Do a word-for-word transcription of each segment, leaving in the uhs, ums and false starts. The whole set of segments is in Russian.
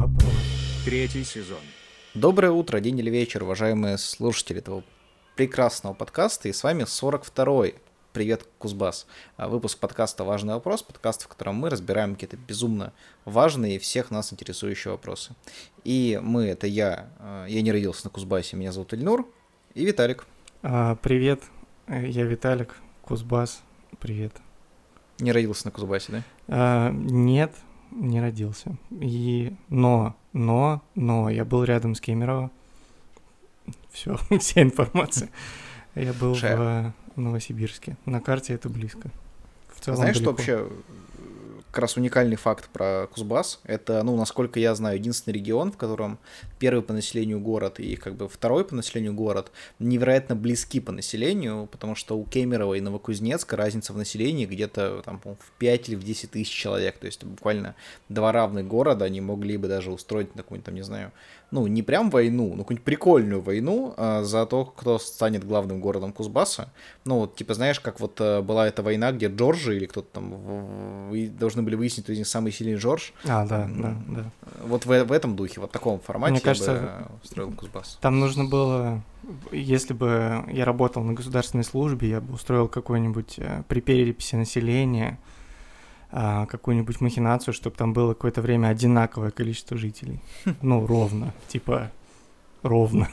Вопрос. Третий сезон. Доброе утро, день или вечер, уважаемые слушатели этого прекрасного подкаста. И с вами сорок второй. Привет, Кузбасс. Выпуск подкаста «Важный вопрос», подкаст, в котором мы разбираем какие-то безумно важные и всех нас интересующие вопросы. И мы, это я, я не родился на Кузбассе, меня зовут Ильнур, и Виталик. А, привет, я Виталик, Кузбасс, привет. Не родился на Кузбассе, да? А, нет, не родился. И... Но, но, но, я был рядом с Кемерово. Все, вся информация. Я был в Новосибирске. На карте это близко. В целом Знаешь, далеко. Что вообще как раз уникальный факт про Кузбасс? Это, ну, насколько я знаю, единственный регион, в котором первый по населению город и как бы второй по населению город невероятно близки по населению, потому что у Кемерово и Новокузнецка разница в населении где-то там, в пять или в десять тысяч человек. То есть буквально два равных города, они могли бы даже устроить на какую-нибудь там, не знаю, ну, не прям войну, но какую-нибудь прикольную войну а, за то, кто станет главным городом Кузбасса. Ну, вот, типа, знаешь, как вот а, была эта война, где Джорджи или кто-то там в, в, должны были выяснить, кто из них самый сильный Джордж. А, да, да, да. Вот в, в этом духе, вот в таком формате. Мне я кажется, бы устроил Кузбасс. Там нужно было, если бы я работал на государственной службе, я бы устроил какой-нибудь при переписи населения, какую-нибудь махинацию, чтобы там было какое-то время одинаковое количество жителей. Ну, ровно. Типа, ровно.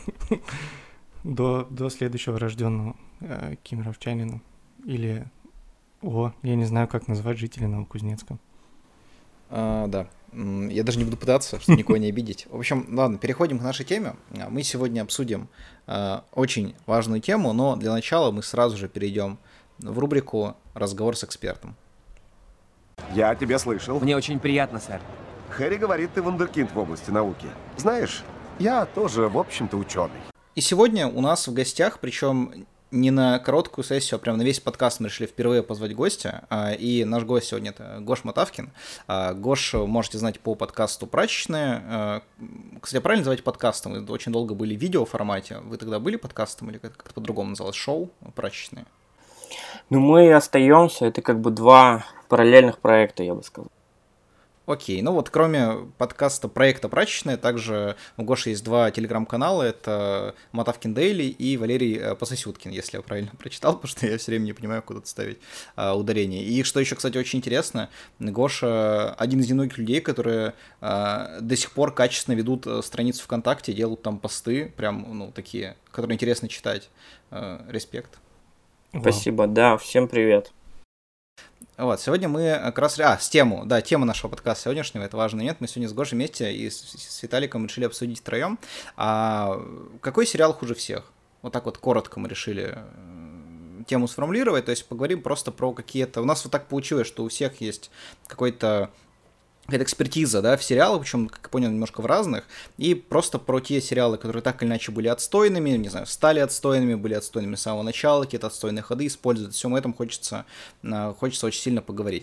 до, до следующего рожденного э, кемеровчанина. Или, о, я не знаю, как назвать жителей Новокузнецка. А, да. Я даже не буду пытаться, чтобы никого не обидеть. В общем, ладно, переходим к нашей теме. Мы сегодня обсудим э, очень важную тему, но для начала мы сразу же перейдем в рубрику «Разговор с экспертом». Я тебя слышал. Мне очень приятно, сэр. Хэри говорит, ты вундеркинд в области науки. Знаешь, я тоже, в общем-то, ученый. И сегодня у нас в гостях, причем не на короткую сессию, а прям на весь подкаст мы решили впервые позвать гостя. И наш гость сегодня это Гош Мотавкин. Гош можете знать по подкасту «Прачечная». Кстати, правильно называть подкастом? Вы очень долго были в видеоформате. Вы тогда были подкастом или как-то по-другому называлось? Шоу «Прачечная»? Ну, мы остаемся, это как бы два параллельных проекта, я бы сказал. Окей, ну вот кроме подкаста проекта «Прачечная», также у Гоши есть два телеграм-канала, это Мотавкин Дейли и Валерий Пососюткин, если я правильно прочитал, потому что я все время не понимаю, куда тут ставить а, ударение. И что еще, кстати, очень интересно, Гоша один из немногих людей, которые а, до сих пор качественно ведут страницу ВКонтакте, делают там посты, прям, ну, такие, которые интересно читать. А, респект. Спасибо, Вау. Да, всем привет. Вот, сегодня мы как раз... А, с тему, да, тема нашего подкаста сегодняшнего, это важный момент. Мы сегодня с Гошей вместе и с, с Виталиком решили обсудить втроем. А какой сериал хуже всех? Вот так вот коротко мы решили тему сформулировать, то есть поговорим просто про какие-то... У нас вот так получилось, что у всех есть какой-то... какая-то экспертиза, да, в сериалах, причем, как я понял, немножко в разных, и просто про те сериалы, которые так или иначе были отстойными, не знаю, стали отстойными, были отстойными с самого начала, какие-то отстойные ходы используют, всем этом хочется, хочется очень сильно поговорить.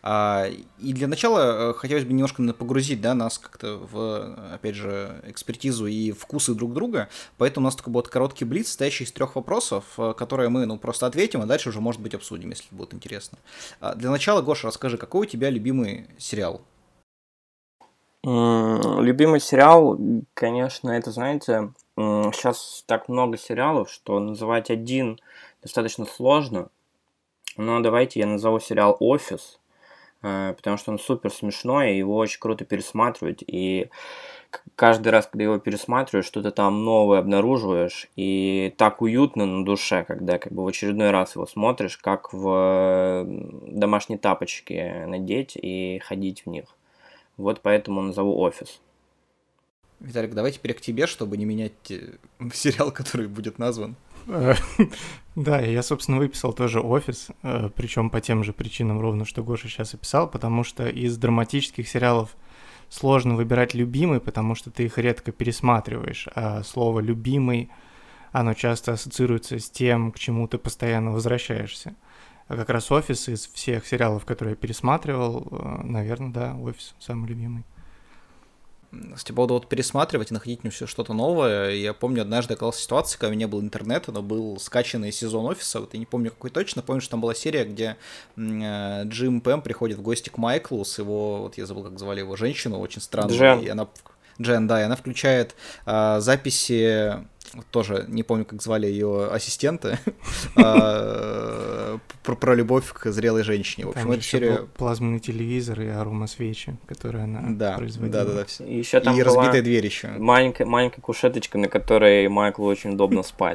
И для начала хотелось бы немножко погрузить, да, нас как-то в, опять же, экспертизу и вкусы друг друга, поэтому у нас такой будет короткий блиц, состоящий из трех вопросов, которые мы, ну, просто ответим, а дальше уже, может быть, обсудим, если будет интересно. Для начала, Гоша, расскажи, какой у тебя любимый сериал? Любимый сериал, конечно, это, знаете, сейчас так много сериалов, что называть один достаточно сложно, но давайте я назову сериал «Офис», потому что он супер смешной, и его очень круто пересматривать, и каждый раз, когда его пересматриваешь, что-то там новое обнаруживаешь, и так уютно на душе, когда как бы в очередной раз его смотришь, как в домашние тапочки надеть и ходить в них. Вот поэтому назову «Офис». Виталик, давай теперь к тебе, чтобы не менять сериал, который будет назван. Да, я, собственно, выписал тоже «Офис», причем по тем же причинам ровно, что Гоша сейчас описал, потому что из драматических сериалов сложно выбирать любимый, потому что ты их редко пересматриваешь, а слово «любимый», оно часто ассоциируется с тем, к чему ты постоянно возвращаешься. А как раз «Офис» из всех сериалов, которые я пересматривал, наверное, да, «Офис» самый любимый. Кстати, по поводу вот пересматривать и находить мне все что-то новое, я помню, однажды оказалась ситуация, когда у меня не было интернета, но был скачанный сезон «Офиса», вот я не помню какой точно, помню, что там была серия, где э, Джим Пэм приходит в гости к Майклу с его, вот я забыл, как звали его, женщину, очень странную, Джен. и она... Джен, да, и она включает э, записи, тоже не помню, как звали ее ассистента, про, про любовь к зрелой женщине. В общем, там эту серию... плазменный телевизор и аромасвечи, которые она да, производила. Да, да, да. Все. И, еще там и была разбитая дверь еще. Маленькая, маленькая кушеточка, на которой Майклу очень удобно спать.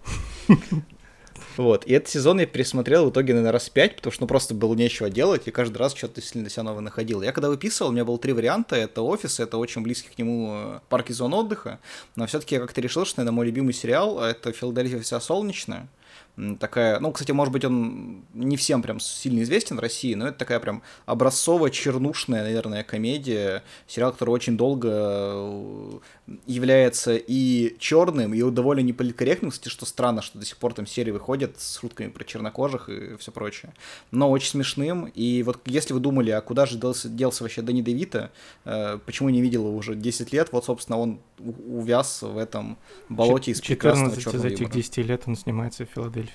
Вот, и этот сезон я пересмотрел в итоге, наверное, раз пять, потому что ну просто было нечего делать, и каждый раз что-то сильно себя новое находил. Я когда выписывал, у меня было три варианта, это «Офис», это очень близкий к нему «Парк и зона отдыха», но все-таки я как-то решил, что, наверное, мой любимый сериал — это «Филадельфия вся солнечная». Такая, ну, кстати, может быть, он не всем прям сильно известен в России, но это такая прям образцово-чернушная, наверное, комедия, сериал, который очень долго является и черным, и довольно неполиткорректным, кстати, что странно, что до сих пор там серии выходят с шутками про чернокожих и все прочее, но очень смешным. И вот если вы думали, а куда же делся, делся вообще Дэнни Девито, э, почему не видел его уже десять лет, вот, собственно, он увяз в этом болоте из прекрасного черного юмора. четырнадцать из этих десяти лет он снимается в Филадельфии.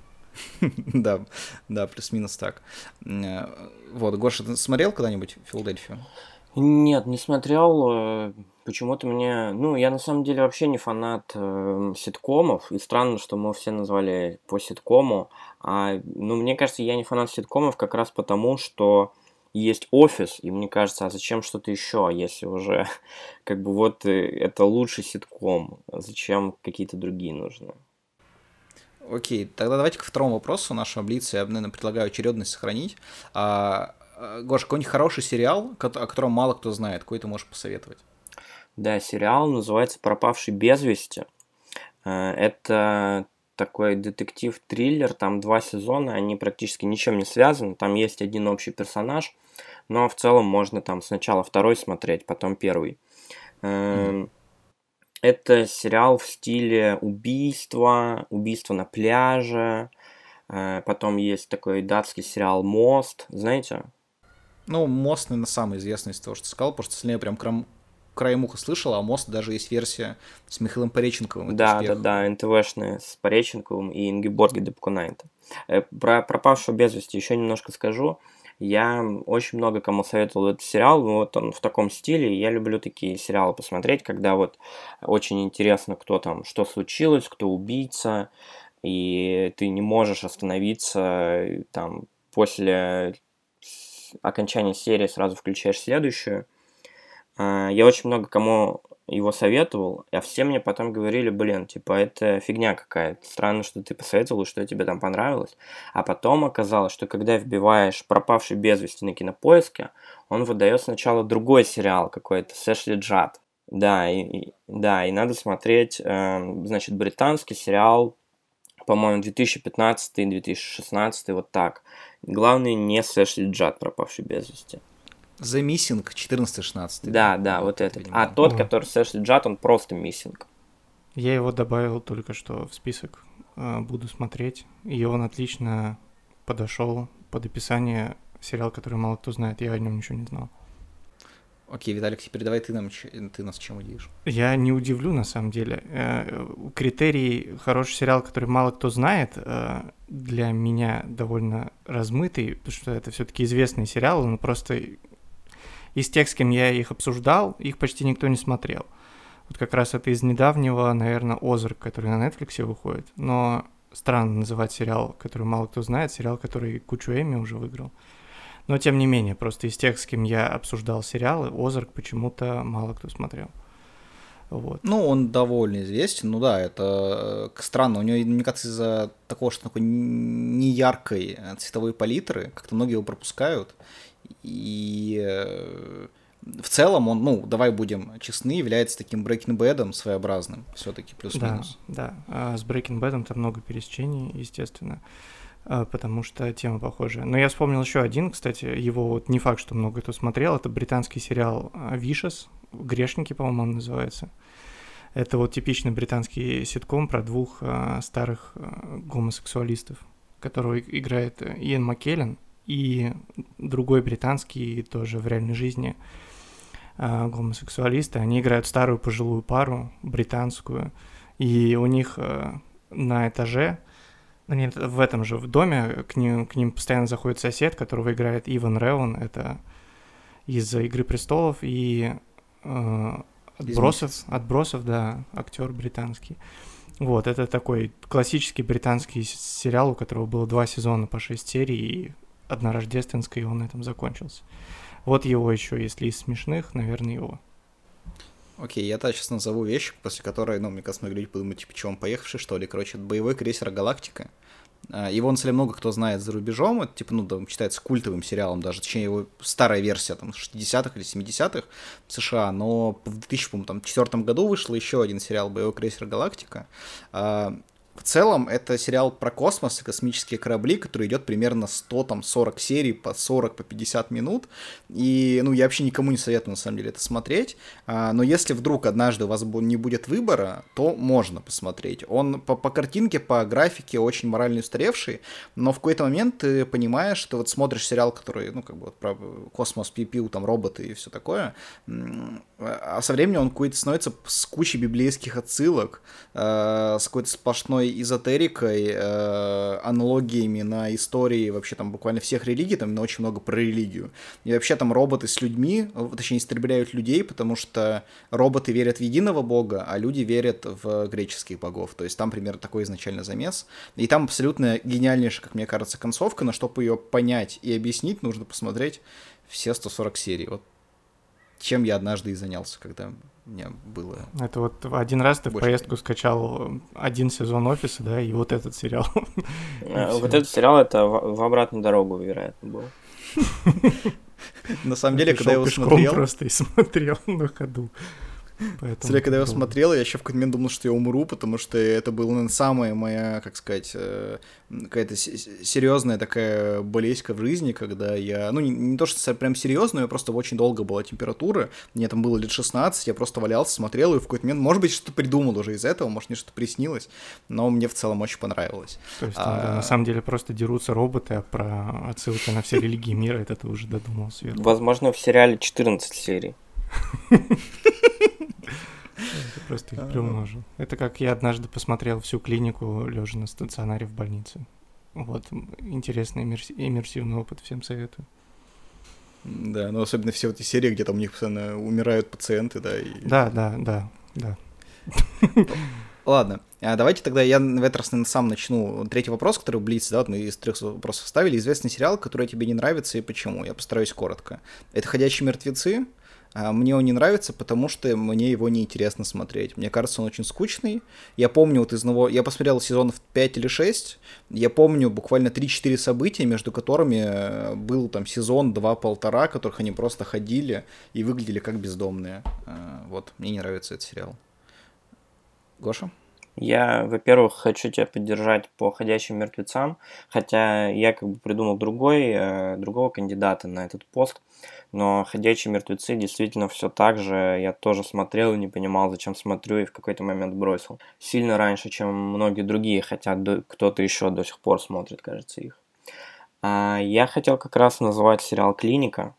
Да, да, плюс-минус так. Вот, Гоша, ты смотрел когда-нибудь «Филадельфию»? Нет, не смотрел. Почему-то мне... Ну, я на самом деле вообще не фанат э, ситкомов. И странно, что мы все назвали по ситкому. А, ну, мне кажется, я не фанат ситкомов как раз потому, что есть «Офис», и мне кажется, а зачем что-то еще, если уже как бы вот это лучший ситком, зачем какие-то другие нужны? Окей, тогда давайте ко второму вопросу нашего блица. Я, наверное, предлагаю очередность сохранить. А, Гош, какой-нибудь хороший сериал, о котором мало кто знает, какой ты можешь посоветовать? Да, сериал называется «Пропавший без вести». Это такой детектив-триллер, там два сезона, они практически ничем не связаны, там есть один общий персонаж, но в целом можно там сначала второй смотреть, потом первый. Mm. Это сериал в стиле убийства, убийство на пляже, потом есть такой датский сериал «Мост», знаете? Ну, «Мост», наверное, самый известный из того, что ты сказал, потому что остальные прям крам... краем уха слышал, а «Мост» даже есть версия с Михаилом Пореченковым. Да, да, да, эн тэ вэ-шная с Пореченковым и Ингеборги Депкунайте. Про «Пропавшего без вести» еще немножко скажу. Я очень много кому советовал этот сериал, вот он в таком стиле, я люблю такие сериалы посмотреть, когда вот очень интересно, кто там, что случилось, кто убийца, и ты не можешь остановиться, там, после окончания серии сразу включаешь следующую. Я очень много кому его советовал, а все мне потом говорили, блин, типа, это фигня какая-то, странно, что ты посоветовал, что тебе там понравилось. А потом оказалось, что когда вбиваешь «Пропавший без вести» на Кинопоиске, он выдает сначала другой сериал какой-то, с Эшли Джад. Да, и, и, да, и надо смотреть, э, значит, британский сериал, по-моему, две тысячи пятнадцатый - две тысячи шестнадцатый, вот так. Главное, не с Эшли Джад «Пропавший без вести». The Missing четырнадцатый шестнадцатый. Да, да, вот этот. А тот, который с Эшли Джад, он просто Missing. Я его добавил только что в список. Буду смотреть. И он отлично подошел под описание сериала, который мало кто знает. Я о нем ничего не знал. Окей, Виталик, теперь давай ты, нам, ты нас чем удивишь? Я не удивлю, на самом деле. Критерий хороший сериал, который мало кто знает, для меня довольно размытый, потому что это все-таки известный сериал, но просто из тех, с кем я их обсуждал, их почти никто не смотрел. Вот как раз это из недавнего, наверное, «Озарк», который на Netflix выходит. Но странно называть сериал, который мало кто знает, сериал, который кучу Эмми уже выиграл. Но, тем не менее, просто из тех, с кем я обсуждал сериалы, «Озарк» почему-то мало кто смотрел. Вот. Ну, он довольно известен, ну да, это странно, у него, мне кажется, из-за такого, что такой неяркой цветовой палитры, как-то многие его пропускают, и в целом он, ну, давай будем честны, является таким Breaking Bad'ом своеобразным, все-таки плюс-минус. Да, да, а с Breaking Bad'ом там много пересечений, естественно, потому что тема похожая. Но я вспомнил еще один, кстати, его вот не факт, что много кто смотрел, это британский сериал «Vicious», «Грешники», по-моему, он называется. Это вот типичный британский ситком про двух а, старых а, гомосексуалистов, которого играет Иэн Маккеллен, и другой британский, тоже в реальной жизни, э, гомосексуалисты, они играют старую пожилую пару, британскую, и у них э, на этаже, нет, в этом же в доме к ним, к ним постоянно заходит сосед, которого играет Иван Ревон, это из «Игры престолов» и э, «Отбросов», «Отбросов», да, актер британский. Вот, это такой классический британский сериал, у которого было два сезона по шесть серий, и одна рождественская, и он на этом закончился. Вот его еще, если из смешных, наверное, его. Окей, я тогда сейчас назову вещь, после которой, ну, мне кажется, многие люди подумают, типа, че он поехавший, что ли. Короче, это боевой крейсер «Галактика». Его, на самом деле, много кто знает за рубежом, это, типа, ну, да, считается культовым сериалом даже, точнее, его старая версия, там, шестидесятых или семидесятых в США, но в две тысячи четвёртом году вышел еще один сериал «Боевой крейсер «Галактика». В целом, это сериал про космос и космические корабли, который идет примерно сто сорок серий по сорок по пятьдесят минут. И, ну, я вообще никому не советую, на самом деле, это смотреть. А, но если вдруг однажды у вас не будет выбора, то можно посмотреть. Он по, по картинке, по графике очень морально устаревший, но в какой-то момент ты понимаешь, что вот смотришь сериал, который, ну, как бы, вот, про космос, пи-пиу, там, роботы и все такое, а со временем он какой-то становится с кучей библейских отсылок, э, с какой-то сплошной эзотерикой, э, аналогиями на истории вообще там буквально всех религий, там на очень много про религию. И вообще там роботы с людьми, точнее, истребляют людей, потому что роботы верят в единого бога, а люди верят в греческих богов. То есть там примерно такой изначально замес. И там абсолютно гениальнейшая, как мне кажется, концовка, но чтобы ее понять и объяснить, нужно посмотреть все сто сорок серий. Вот чем я однажды и занялся, когда у меня было... Это вот один раз ты в больше поездку времени. Скачал один сезон «Офиса», да, и вот этот сериал. Вот этот сериал, это в обратную дорогу, вероятно, был. На самом деле, когда я его пешком смотрел... просто и смотрел на ходу. Кстати, когда я его смотрел, я еще в какой-то момент думал, что я умру, потому что это была, наверное, самая моя, как сказать, какая-то серьезная такая болезнь в жизни, когда я, ну, не, не то, что прям серьезную, я просто очень долго была температура, мне там было лет шестнадцать, я просто валялся, смотрел, и в какой-то момент, может быть, что-то придумал уже из этого, может, мне что-то приснилось, но мне в целом очень понравилось. То есть там, а... да, на самом деле просто дерутся роботы, а про отсылки на все религии мира это ты уже додумал сверху. Возможно, в сериале четырнадцать серий. Я просто их приумножил. Это как я однажды посмотрел всю клинику, лежа на стационаре в больнице. Вот, интересный иммерси- иммерсивный опыт, всем советую. Да, ну особенно все вот эти серии, где там у них постоянно умирают пациенты, да. И... Да, да, да, да. Ладно, давайте тогда я в этот раз, наверное, сам начну. Третий вопрос, который в Блице, да, вот мы из трех вопросов ставили. Известный сериал, который тебе не нравится и почему? Я постараюсь коротко. Это «Ходячие мертвецы». Мне он не нравится, потому что мне его неинтересно смотреть. Мне кажется, он очень скучный. Я помню вот из него... Я посмотрел сезонов пять или шесть. Я помню буквально три-четыре события, между которыми был там сезон два-полтора, которых они просто ходили и выглядели как бездомные. Вот, мне не нравится этот сериал. Гоша? Я, во-первых, хочу тебя поддержать по «Ходячим мертвецам», хотя я как бы придумал другой, э, другого кандидата на этот пост, но «Ходячие мертвецы» действительно все так же, я тоже смотрел и не понимал, зачем смотрю, и в какой-то момент бросил. Сильно раньше, чем многие другие, хотя до, кто-то еще до сих пор смотрит, кажется, их. А я хотел как раз назвать сериал «Клиника».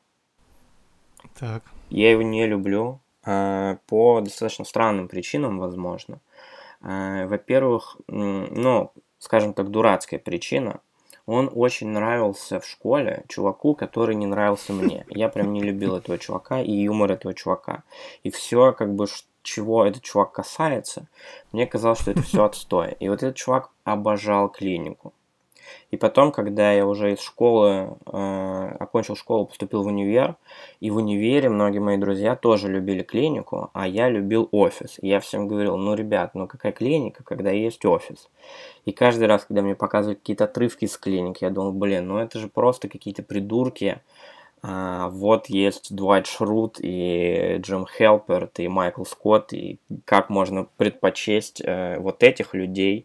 Так. Я его не люблю, э, по достаточно странным причинам, возможно. Во-первых, ну, скажем так, дурацкая причина. Он очень нравился в школе чуваку, который не нравился мне. Я прям не любил этого чувака и юмор этого чувака. И все, как бы, чего этот чувак касается, мне казалось, что это все отстой. И вот этот чувак обожал «Клинику». И потом, когда я уже из школы, э, окончил школу, поступил в универ, и в универе многие мои друзья тоже любили «Клинику», а я любил «Офис». И я всем говорил, ну, ребят, ну какая «Клиника», когда есть «Офис». И каждый раз, когда мне показывают какие-то отрывки из «Клиники», я думал, блин, ну это же просто какие-то придурки. А, вот есть Дуайт Шрут и Джим Хелперт и Майкл Скотт, и как можно предпочесть э, вот этих людей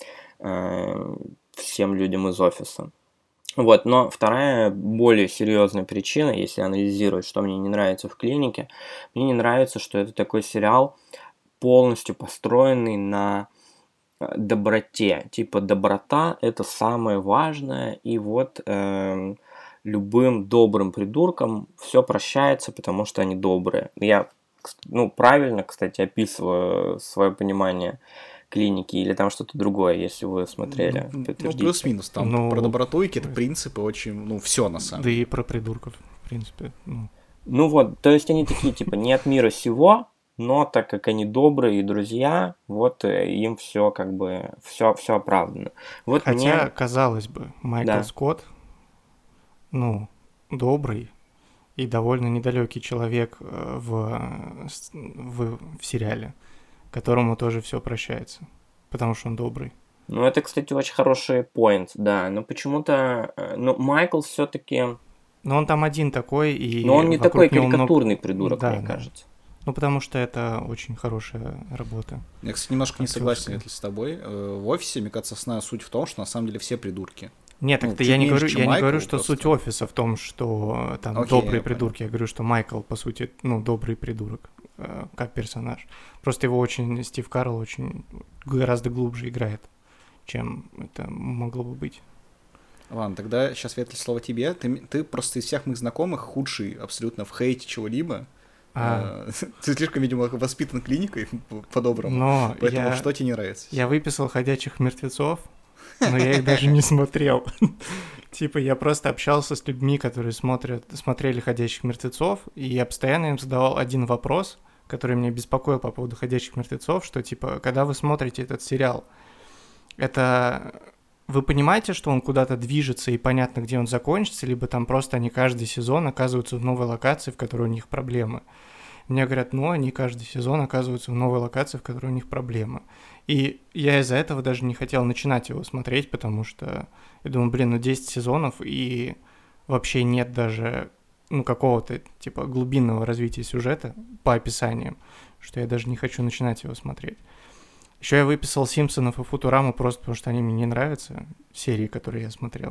э, всем людям из «Офиса». Вот, но вторая, более серьезная причина, если анализировать, что мне не нравится в «Клинике», мне не нравится, что это такой сериал, полностью построенный на доброте. Типа, доброта – это самое важное, и вот э, любым добрым придуркам все прощается, потому что они добрые. Я, ну, правильно, кстати, описываю свое понимание клиники или там что-то другое, если вы смотрели. Ну, ну плюс-минус, там ну, про доброту и какие-то принципы очень, ну, все на самом да деле. Да и про придурков, в принципе. Ну. ну вот, то есть они такие, типа, не от мира сего, но так как они добрые и друзья, вот им все как бы, все, все оправдано. Вот Хотя, мне... казалось бы, Майкл да. Скотт, ну, добрый и довольно недалекий человек в, в, в сериале, которому тоже все прощается, потому что он добрый. Ну, это, кстати, очень хороший поинт, да, но почему-то, ну, Майкл все-таки... Но он там один такой, и... Но он не такой карикатурный много... придурок, да, мне да. кажется. Ну, потому что это очень хорошая работа. Я, кстати, немножко не согласен, Светлана, с тобой. В офисе, мне кажется, основная суть в том, что на самом деле все придурки. Нет, так-то ну, я, не меньше, говорю, я Майкл, не говорю, что просто. Суть офиса в том, что там Окей, добрые я придурки. понял. Я говорю, что Майкл, по сути, ну, добрый придурок, э, как персонаж. Просто его очень, Стив Карл очень гораздо глубже играет, чем это могло бы быть. Ладно, тогда сейчас, Светлана, слово тебе. Ты, ты просто из всех моих знакомых худший абсолютно в хейте чего-либо. А... Ты слишком, видимо, воспитан клиникой по-доброму. Но поэтому я... что тебе не нравится? Я выписал «Ходячих мертвецов», но я их даже не смотрел. Типа я просто общался с людьми, которые смотрят, смотрели «Ходячих мертвецов», и я постоянно им задавал один вопрос, который меня беспокоил по поводу «Ходячих мертвецов», что типа, когда вы смотрите этот сериал, это... Вы понимаете, что он куда-то движется и понятно, где он закончится, либо там просто они каждый сезон оказываются в новой локации, в которой у них проблемы. Мне говорят, ну, они каждый сезон оказываются в новой локации, в которой у них проблемы. И я из-за этого даже не хотел начинать его смотреть, потому что я думаю, блин, ну десять сезонов, и вообще нет даже, ну, какого-то, типа, глубинного развития сюжета по описаниям, что я даже не хочу начинать его смотреть. Еще я выписал «Симпсонов» и «Футураму» просто потому, что они мне не нравятся, серии, которые я смотрел.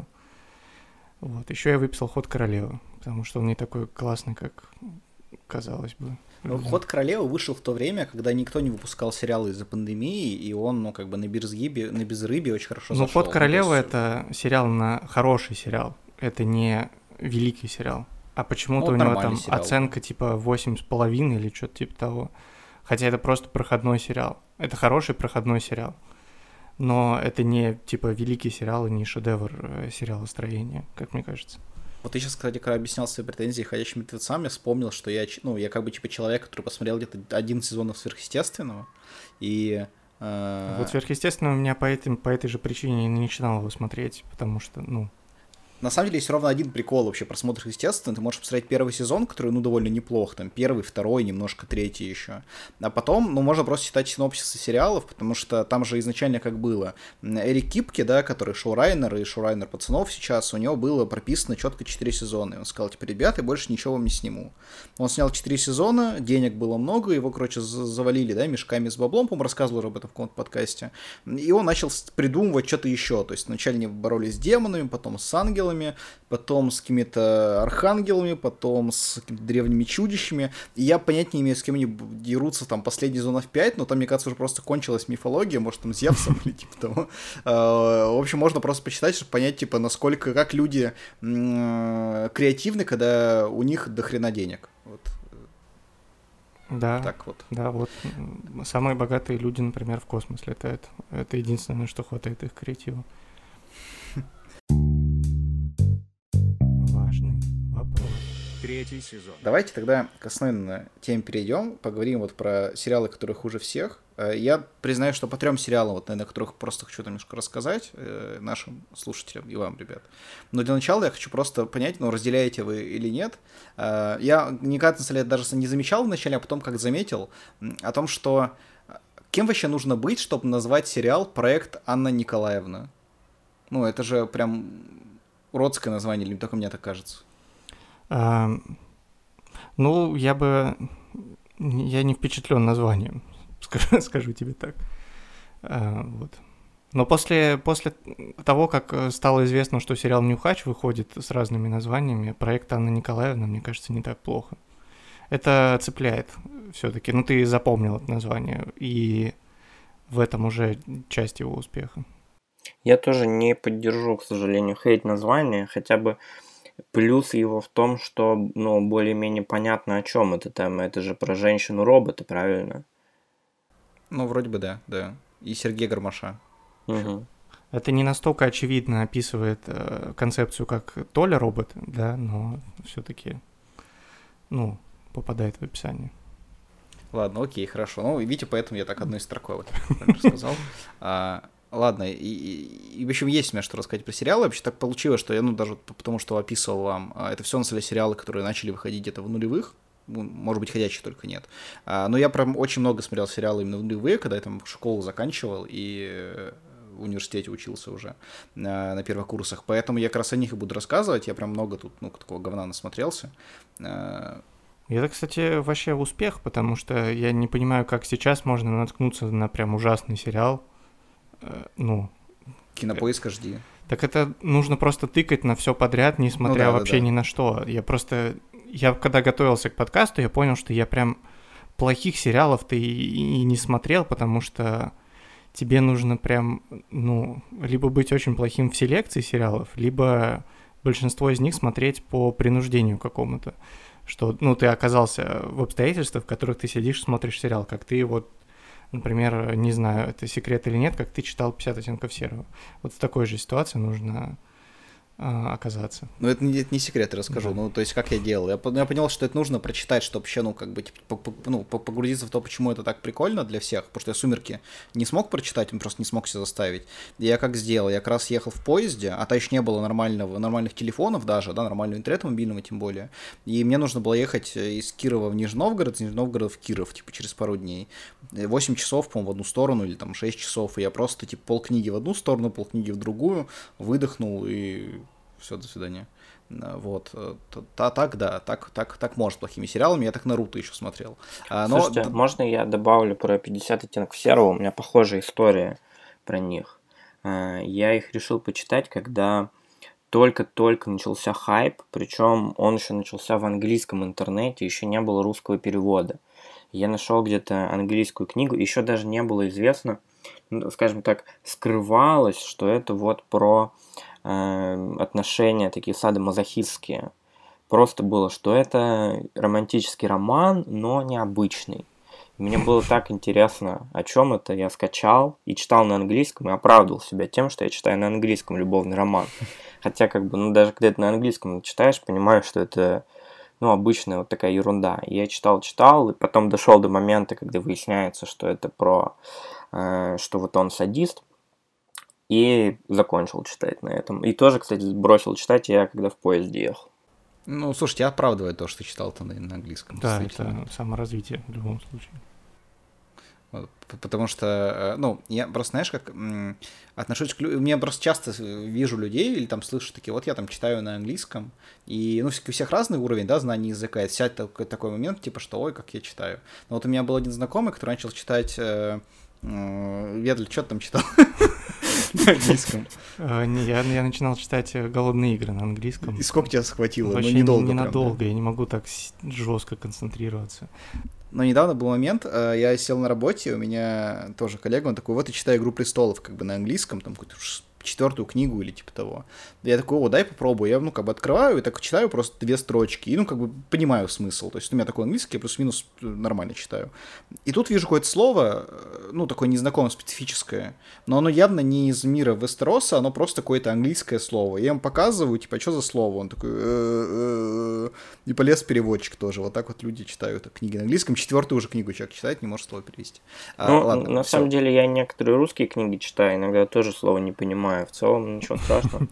Вот. Еще я выписал «Ход королевы», потому что он не такой классный, как казалось бы. Ну, «Ход королевы» вышел в то время, когда никто не выпускал сериалы из-за пандемии, и он, ну, как бы на безрыбье, на безрыбье очень хорошо ну, зашел. «Ход королевы» ну, есть... это сериал на хороший сериал, это не великий сериал. А почему-то ну, у него там сериал. Оценка типа восемь с половиной или что-то типа того. Хотя это просто проходной сериал. Это хороший проходной сериал. Но это не типа великий сериал и не шедевр сериалостроения, как мне кажется. Вот ты сейчас, кстати, когда объяснял свои претензии к «Ходячим мертвецам», я вспомнил, что я, ну, я как бы типа человек, который посмотрел где-то один сезон «Сверхъестественного», и... Э... Вот «Сверхъестественного» у меня по, этим, по этой же причине не начинал его смотреть, потому что, ну... На самом деле есть ровно один прикол вообще просмотр, естественно. Ты можешь посмотреть первый сезон, который, ну, довольно неплох, там, первый, второй, немножко третий еще. А потом, ну, можно просто читать синопсисы сериалов, потому что там же изначально как было. Эрик Кипке, да, который шоурайнер и шоурайнер «Пацанов» сейчас, у него было прописано четко четыре сезона. И он сказал, типа, ребята, я больше ничего вам не сниму. Он снял четыре сезона, денег было много, его, короче, завалили, да, мешками с баблом, по-моему, рассказывал об этом в каком-то подкасте. И он начал придумывать что-то еще. То есть вначале они боролись с демонами, потом с ангелами, потом с какими-то архангелами, потом с какими-то древними чудищами. И я понять не имею, с кем они дерутся там последние сезонов пять, но там, мне кажется, уже просто кончилась мифология, может, там с Зевсом или типа того. В общем, можно просто почитать, чтобы понять, типа, насколько, как люди креативны, когда у них дохрена денег. Вот. Да, так вот. Да, вот самые богатые люди, например, в космос летают. Это единственное, что хватает их креативу. Важный вопрос. Третий сезон. Давайте тогда к основной теме перейдем, поговорим вот про сериалы, которые хуже всех. Я признаю, что по трем сериалам, вот, наверное, о которых просто хочу немножко рассказать э, нашим слушателям и вам, ребят. Но для начала я хочу просто понять, ну, разделяете вы или нет. Э, я никогда, на самом деле, даже не замечал вначале, а потом как заметил, о том, что кем вообще нужно быть, чтобы назвать сериал «Проект Анна Николаевна». Ну, это же прям уродское название, или только мне так кажется? А, ну, я бы... Я не впечатлен названием, скажу, скажу тебе так. А, вот. Но после, после того, как стало известно, что сериал «Нюхач» выходит с разными названиями, проект Анна Николаевна, мне кажется, не так плохо. Это цепляет все-таки. Ну, ты запомнил это название, и в этом уже часть его успеха. Я тоже не поддержу, к сожалению, хейт названия, хотя бы Плюс его в том, что, ну, более-менее понятно, о чем это там. Это же про женщину-робота, правильно? Ну, вроде бы да, да. И Сергея Гармаша. Угу. Это не настолько очевидно описывает э, концепцию, как Толя робот, да, но все-таки, ну, попадает в описание. Ладно, окей, хорошо. Ну, видите, поэтому я так одной строкой вот рассказал. А, ладно, и, и, и в общем, есть у меня что рассказать про сериалы. Вообще так получилось, что я, ну, даже потому что описывал вам, это все на самом деле сериалы, которые начали выходить где-то в нулевых. Может быть, ходячих только нет. А, но я прям очень много смотрел сериалы именно в нулевые, когда я там школу заканчивал и в университете учился уже на, на первых курсах. Поэтому я как раз о них и буду рассказывать. Я прям много тут, ну, такого говна насмотрелся. Это, кстати, вообще успех, потому что я не понимаю, как сейчас можно наткнуться на прям ужасный сериал. Ну, Кинопоиск эйч ди. Так это нужно просто тыкать на все подряд, несмотря ну, да, вообще да, да. ни на что. Я просто... Я когда готовился к подкасту, я понял, что я прям плохих сериалов-то и, и не смотрел, потому что тебе нужно прям, ну, либо быть очень плохим в селекции сериалов, либо большинство из них смотреть по принуждению какому-то. Что, ну, ты оказался в обстоятельствах, в которых ты сидишь, смотришь сериал, как ты вот, например, не знаю, это секрет или нет, как ты читал пятьдесят оттенков серого. Вот в такой же ситуации нужно а, оказаться. Ну, это не, это не секрет, я расскажу. Да. Ну, то есть, как я делал. Я, я понял, что это нужно прочитать, чтобы вообще, ну, как бы, типа, ну, погрузиться в то, почему это так прикольно для всех. Потому что я «Сумерки» не смог прочитать, он просто не смог себя заставить. И я как сделал? Я как раз ехал в поезде, а то еще не было нормального, нормальных телефонов даже, да, нормального интернета мобильного тем более. И мне нужно было ехать из Кирова в Нижний Новгород, из Нижнего Новгорода в Киров, типа, через пару дней. восемь часов, по-моему, в одну сторону, или там шесть часов. И я просто, типа, полкниги в одну сторону, полкниги в другую, выдохнул и... Все, до свидания. Вот. А так, да, так, так, так может плохими сериалами. Я так Наруто еще смотрел. Но... Слушайте, можно я добавлю про пятьдесят оттенков серого? У меня похожая история про них. Я их решил почитать, когда только-только начался хайп, причем он еще начался в английском интернете, еще не было русского перевода. Я нашел где-то английскую книгу, еще даже не было известно, скажем так, скрывалось, что это вот про отношения такие садомазохистские. Просто было, что это романтический роман, но необычный. Мне было так интересно, о чем это. Я скачал и читал на английском, и оправдывал себя тем, что я читаю на английском любовный роман. Хотя, как бы, ну, даже когда ты на английском читаешь, понимаешь, что это, ну, обычная вот такая ерунда. И я читал, читал, и потом дошел до момента, когда выясняется, что это про, э, что вот он садист. И закончил читать на этом. И тоже, кстати, бросил читать я, когда в поезде ехал. Ну, слушай, тебя оправдывает то, что ты читал-то на, на английском. Да, это саморазвитие в любом случае. Вот, потому что, ну, я просто, знаешь, как отношусь к людям... Я просто часто вижу людей или там слышу такие, вот я там читаю на английском, и, ну, у всех разный уровень, да, знаний языка. И сядь такой, такой момент, типа, что, ой, как я читаю. Но вот у меня был один знакомый, который начал читать... Э, э, Ведаль, что ты там читал? На английском. Не, я, я начинал читать «Голодные игры» на английском. И сколько тебя схватило? Вообще ну, недолго. Ненадолго, прям, да? Я не могу так жестко концентрироваться. Но недавно был момент, я сел на работе, у меня тоже коллега, он такой, вот я читаю «Игру престолов» как бы на английском, там какую-то четвертую книгу или типа того. Я такой, о, дай попробую. Я, ну, как бы открываю и так читаю просто две строчки. И, ну, как бы понимаю смысл. То есть у меня такой английский, я плюс-минус нормально читаю. И тут вижу какое-то слово, ну, такое незнакомое, специфическое, но оно явно не из мира Вестероса, оно просто какое-то английское слово. Я ему показываю, типа, что за слово? Он такой... И полез переводчик тоже. Вот так вот люди читают книги на английском. Четвертую уже книгу человек читает, не может слово перевести. Ну, ладно, на всё. Самом деле, я некоторые русские книги читаю, иногда тоже слово не понимаю. В целом ничего страшного.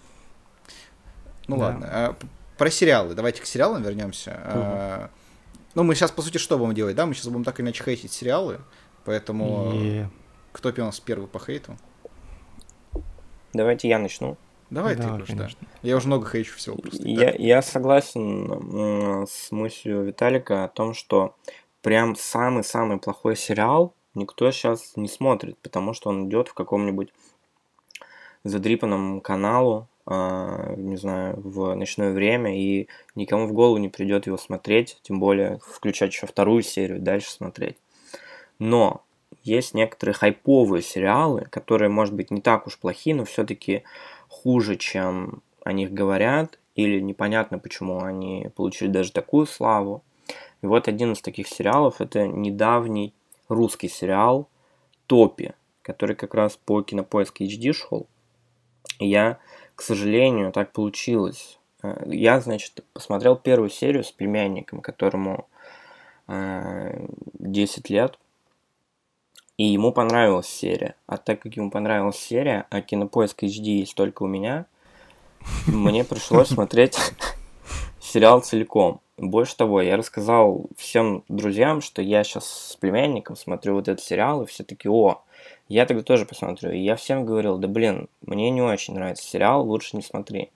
Ну ладно. Про сериалы. Давайте к сериалам вернемся. Ну, мы сейчас, по сути, что будем делать? Да, мы сейчас будем так или иначе хейтить сериалы. Поэтому кто у нас первый по хейту? Давайте я начну. Давай ты, потому что я уже много хейчу всего просто. Я, я согласен с мыслью Виталика о том, что прям самый-самый плохой сериал никто сейчас не смотрит, потому что он идет в каком-нибудь задрипанном каналу, э, не знаю, в ночное время, и никому в голову не придет его смотреть, тем более включать еще вторую серию и дальше смотреть. Но есть некоторые хайповые сериалы, которые, может быть, не так уж плохие, но все-таки хуже, чем о них говорят, или непонятно, почему они получили даже такую славу. И вот один из таких сериалов — это недавний русский сериал «Топи», который как раз по Кинопоиск эйч ди шел. И я, к сожалению, так получилось. Я, значит, посмотрел первую серию с племянником, которому э, десять лет, и ему понравилась серия. А так как ему понравилась серия, а Кинопоиск эйч ди есть только у меня, мне пришлось смотреть сериал целиком. Больше того, я рассказал всем друзьям, что я сейчас с племянником смотрю вот этот сериал, и все таки о, я тогда тоже посмотрю. И я всем говорил, да блин, мне не очень нравится сериал, лучше не смотри.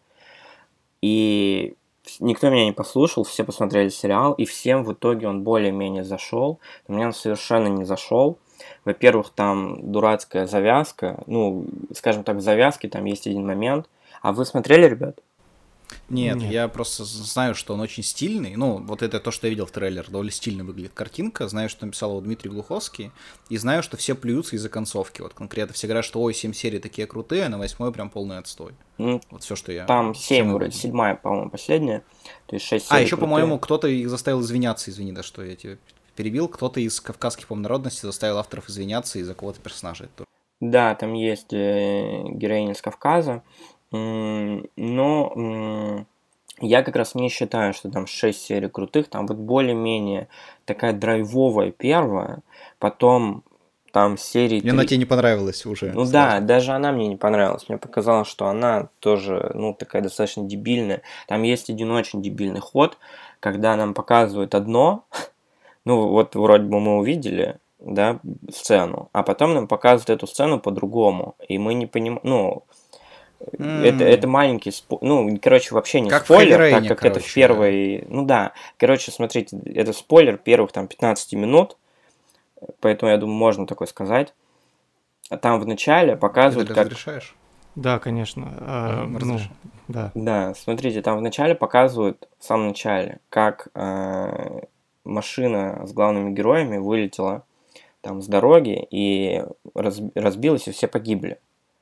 И никто меня не послушал, все посмотрели сериал, и всем в итоге он более-менее зашел. Но мне он совершенно не зашел. Во-первых, там дурацкая завязка. Ну, скажем так, в завязке там есть один момент. А вы смотрели, ребят? Нет, Нет, я просто знаю, что он очень стильный. Ну, вот это то, что я видел в трейлере. Довольно стильно выглядит картинка. Знаю, что написал его Дмитрий Глуховский. И знаю, что все плюются из-за концовки. Вот конкретно все говорят, что ой, семь серий такие крутые, а на восьмой прям полный отстой. Ну, вот все, что я... Там семь вроде, седьмая, по-моему, последняя. То есть шесть серий. А, еще, крутые. по-моему, кто-то их заставил извиняться, извини, да, что я тебя перебил. Кто-то из кавказских, по-моему, народностей заставил авторов извиняться из-за кого-то персонажа. Да, там есть э, героиня из Кавказа. М- Но... М- Я как раз не считаю, что там шесть серий крутых, там вот более-менее такая драйвовая первая, потом там серии... Мне она тебе не понравилась уже. Ну сразу. Да, даже она мне не понравилась. Мне показалось, что она тоже, ну, такая достаточно дебильная. Там есть один очень дебильный ход, когда нам показывают одно, ну, вот вроде бы мы увидели, да, сцену, а потом нам показывают эту сцену по-другому, и мы не понимаем, ну... Mm. Это, это маленький спойлер, ну, короче, вообще не как спойлер, Рейне, так как короче, это в первой, да. ну да, короче, смотрите, это спойлер первых там пятнадцать минут, поэтому, я думаю, можно такое сказать. Там в начале показывают, Ты как... разрешаешь? Да, конечно. А, Ну, ну, да. Да, смотрите, там в начале показывают, в самом начале, как э, машина с главными героями вылетела там с дороги и раз, разбилась, и все погибли.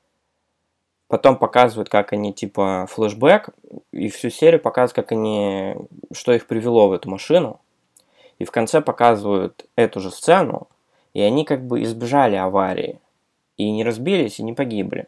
Потом показывают, как они, типа, флешбэк, и всю серию показывают, как они, что их привело в эту машину. И в конце показывают эту же сцену, и они как бы избежали аварии. И не разбились, и не погибли.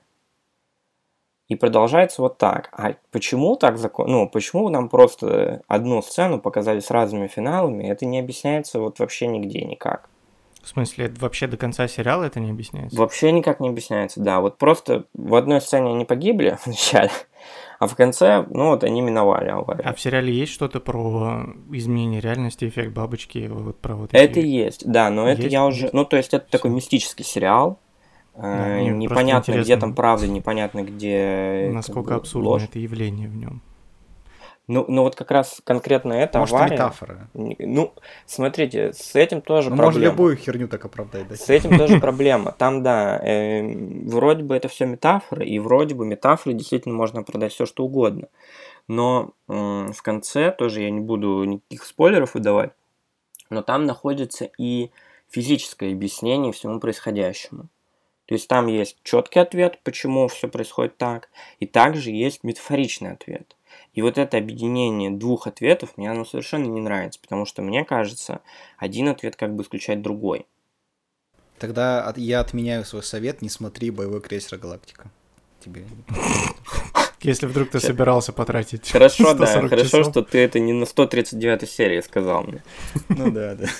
И продолжается вот так. А почему так закон... Ну, почему нам просто одну сцену показали с разными финалами, это не объясняется вот вообще нигде никак. В смысле, вообще до конца сериала это не объясняется? Вообще никак не объясняется, да. Вот просто в одной сцене они погибли в начале, а в конце, ну вот они миновали аварию. А в сериале есть что-то про изменение реальности, эффект бабочки, вот про вот эти... Это есть, да, но это есть? я уже... Ну, то есть это Всё. такой мистический сериал. Да, э, мне непонятно, просто где интересно, там правда, непонятно, где... насколько как бы, абсурдно ложь. это явление в нем. Ну, ну вот как раз конкретно эта Может, авария... метафора. Ну, смотрите, с этим тоже Ну, проблема. можно любую херню так оправдать, да? С этим тоже проблема. Там, да, э, вроде бы это все метафоры, и вроде бы метафоры действительно можно продать все что угодно. Но э, в конце, тоже я не буду никаких спойлеров выдавать, но там находится и физическое объяснение всему происходящему. То есть там есть четкий ответ, почему все происходит так, и также есть метафоричный ответ. И вот это объединение двух ответов мне оно совершенно не нравится, потому что, мне кажется, один ответ как бы исключает другой. Тогда от- я отменяю свой совет, не смотри «Боевой крейсер Галактика». Тебе... Если вдруг ты собирался потратить Хорошо, да, сто сорок хорошо, часов. что ты это не на сто тридцать девятой серии сказал мне. Ну да, да.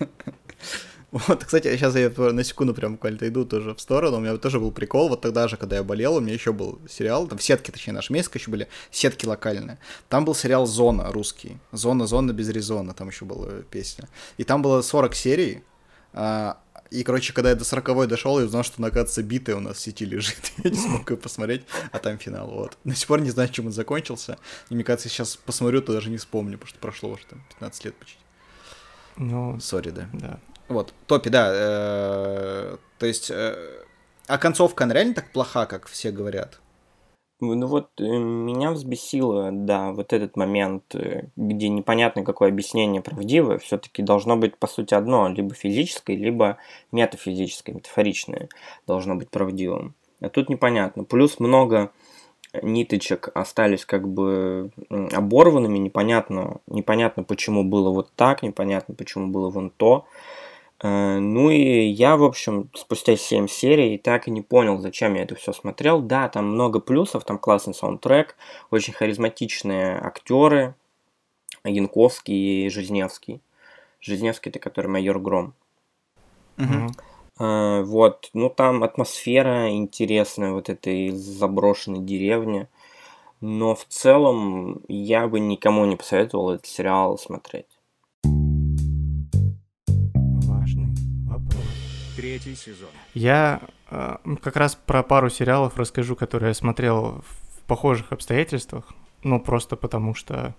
Вот, кстати, сейчас я на секунду прям буквально иду тоже в сторону, у меня тоже был прикол, вот тогда же, когда я болел, у меня еще был сериал, там сетки, точнее, наши месяцы еще были, сетки локальные, там был сериал «Зона» русский, «Зона, зона без резона», там еще была песня, и там было сорок серий, а, и, короче, когда я до сороковой дошел, я узнал, что, оказывается, битая у нас в сети лежит, я не смог ее посмотреть, а там финал, вот. До сих пор не знаю, чем он закончился, и, мне кажется, сейчас посмотрю, то даже не вспомню, потому что прошло уже там пятнадцать лет почти. Ну, Сори, да. да. Вот, Топи, да, э, то есть, э, а концовка, она реально так плоха, как все говорят? Ну вот э, меня взбесило, да, вот этот момент, э, где непонятно, какое объяснение правдивое, все-таки должно быть, по сути, одно, либо физическое, либо метафизическое, метафоричное должно быть правдивым. А тут непонятно. Плюс много ниточек остались как бы оборванными, непонятно, непонятно, почему было вот так, непонятно, почему было вон то. Ну и я, в общем, спустя семь серий так и не понял, зачем я это все смотрел. Да, там много плюсов, там классный саундтрек, очень харизматичные актеры, Янковский и Жизневский. Жизневский — это который майор Гром. Мгм. А, Вот, ну там атмосфера интересная, вот этой заброшенной деревни. Но в целом я бы никому не посоветовал этот сериал смотреть. Важный вопрос. Третий сезон. Я э, как раз про пару сериалов расскажу, которые я смотрел в похожих обстоятельствах. Ну, просто потому что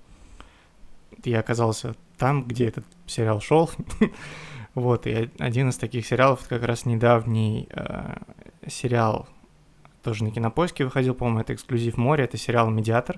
я оказался там, где этот сериал шел. Вот, и один из таких сериалов как раз недавний э, сериал, тоже на Кинопоиске выходил, по-моему, это «Эксклюзив море», это сериал «Медиатор»,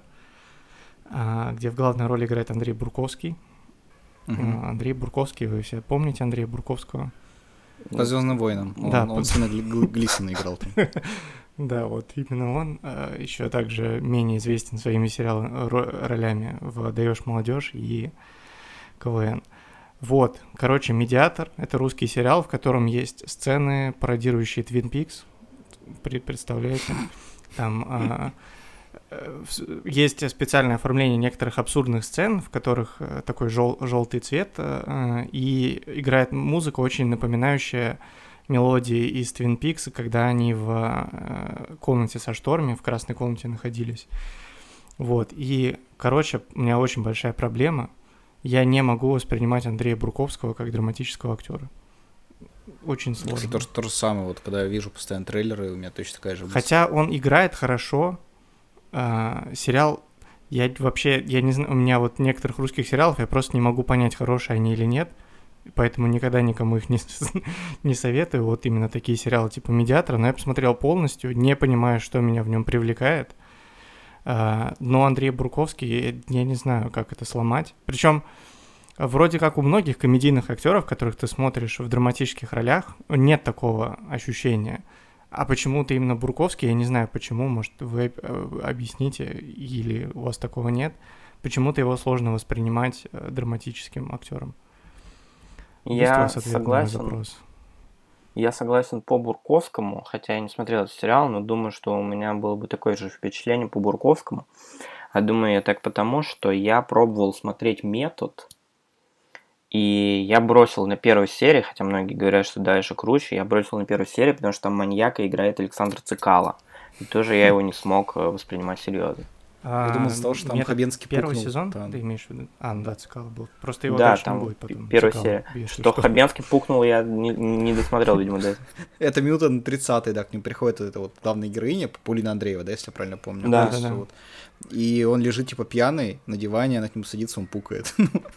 э, где в главной роли играет Андрей Бурковский. Мгм. Э, Андрей Бурковский, вы все помните Андрея Бурковского? По «Звездным войнам». Он, Да, он по- сына Гли- Гли- Глисона играл там. Да, вот именно он. Еще также менее известен своими сериалами, ро- ролями в «Даешь молодежь» и КВН. Вот, короче, «Медиатор» — это русский сериал, в котором есть сцены, пародирующие Twin Peaks. При- Представляете? Там а, э, в- есть специальное оформление некоторых абсурдных сцен, в которых э, такой жел- желтый цвет, э, и играет музыка, очень напоминающая мелодии из Twin Peaks, когда они в э, комнате со шторами, в красной комнате находились. Вот, и, короче, у меня очень большая проблема. Я не могу воспринимать Андрея Бурковского как драматического актера. Очень Кстати, сложно. то, же- то же самое, вот когда я вижу постоянно трейлеры, у меня точно такая же мысль. Хотя он играет хорошо. а, сериал, я вообще, я не знаю, у меня вот некоторых русских сериалов я просто не могу понять, хорошие они или нет, поэтому никогда никому их не, с- не советую. Вот именно такие сериалы типа «Медиатора», но я посмотрел полностью, не понимаю, что меня в нем привлекает. А, но Андрей Бурковский, я, я не знаю, как это сломать. Причем вроде как у многих комедийных актеров, которых ты смотришь в драматических ролях, нет такого ощущения. А почему-то именно Бурковский, я не знаю почему, может, вы э, объясните, или у вас такого нет, почему-то его сложно воспринимать э, драматическим актером. Есть у Я вас ответ на мой согласен. запрос? Я согласен по Бурковскому, хотя я не смотрел этот сериал, но думаю, что у меня было бы такое же впечатление по Бурковскому. А думаю я так потому, что я пробовал смотреть «Метод», и я бросил на первой серии, хотя многие говорят, что дальше круче, я бросил на первой серии, потому что там маньяка играет Александр Цикало. И тоже я его не смог э, воспринимать серьезно. Я думал, из-за того, что там «Метод» Хабенский первый пукнул, сезон, там. ты имеешь в виду? А, ну да, Цикало был. Просто его Да, дальше там не будет потом. первая Цикало, серия. если Что Хабенский пукнул, я не, не досмотрел, видимо, до этого. Это минута на тридцатой, да, к ним приходит вот эта вот главная героиня, Полина Андреева, да, если я правильно помню. Да. То есть Да, да. вот. И он лежит, типа, пьяный на диване, она к нему садится, он пукает.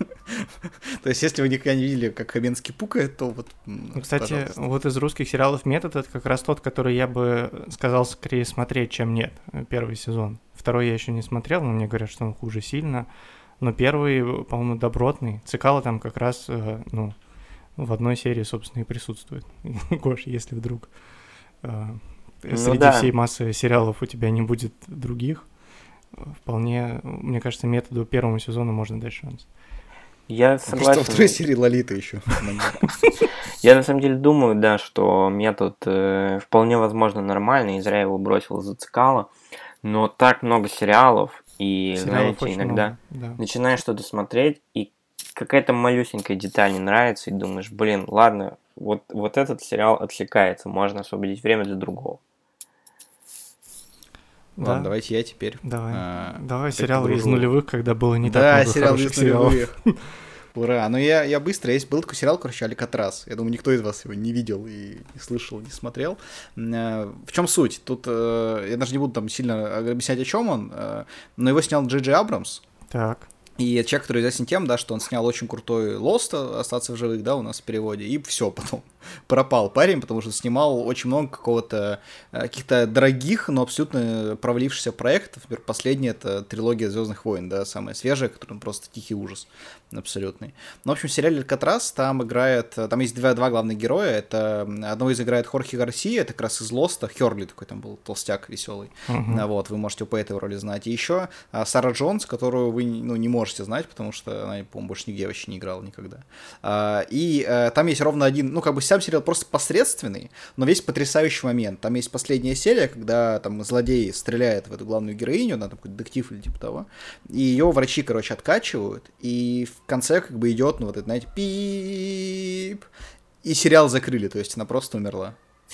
То есть, если вы никогда не видели, как Хабенский пукает, то вот, м, Ну, кстати, пожалуйста. вот из русских сериалов «Метод» — это как раз тот, который я бы сказал скорее смотреть, чем нет, э, первый сезон. Второй я еще не смотрел, но мне говорят, что он хуже сильно. Но первый, по-моему, добротный. Цикало там как раз, э, ну, в одной серии, собственно, и присутствует. Гош, если вдруг э, Ну среди да. всей массы сериалов у тебя не будет других, э, вполне, мне кажется, «Методу» первому сезону можно дать шанс. Я Ну, Просто согласен. во второй серии Лолита еще. Я на самом деле думаю, да, что метод э, вполне возможно нормальный, и зря его бросил за Цикало. Но так много сериалов, и, Сериалов знаете, очень иногда много, да. начинаешь что-то смотреть, и какая-то малюсенькая деталь не нравится, и думаешь, блин, ладно, вот, вот этот сериал отвлекается, можно освободить время для другого. Ладно, Да. давайте я теперь. Давай, а, давай опять сериалы из погружу. нулевых, когда было не Да, так много сериал хороших из сериалов. нулевых. Ура. Ну, я, я быстро. Есть был такой сериал, короче, «Алькатрас». Я думаю, никто из вас его не видел и не слышал, не смотрел. Э, В чем суть? Тут э, я даже не буду там сильно объяснять, о чем он, э, но его снял Джей Джей Абрамс. Так. И это человек, который известен тем, да, что он снял очень крутой «Лост», «Остаться в живых», да, у нас в переводе, и все потом. пропал парень, потому что снимал очень много какого-то каких-то дорогих, но абсолютно провалившихся проектов. Например, последний — это трилогия «Звездных войн», да, самая свежая, которая просто тихий ужас абсолютный. Ну, в общем, в сериале «Алькатрас» там играет, там есть два, два главных героя. Это одного из играет Хорхе Гарсия, это как раз из «Лоста», Хёрли такой там был, толстяк веселый. Uh-huh. Вот, вы можете его по этой роли знать. И еще Сара Джонс, которую вы, ну, не можете знать, потому что она, по-моему, больше нигде вообще не играла никогда. И там есть ровно один, ну, как бы сам сериал просто посредственный, но весь потрясающий момент. Там есть последняя серия, когда там злодей стреляет в эту главную героиню, она такой детектив или типа того, и ее врачи, короче, откачивают, и в конце как бы идет, ну, вот это, знаете, пип, и сериал закрыли, то есть она просто умерла.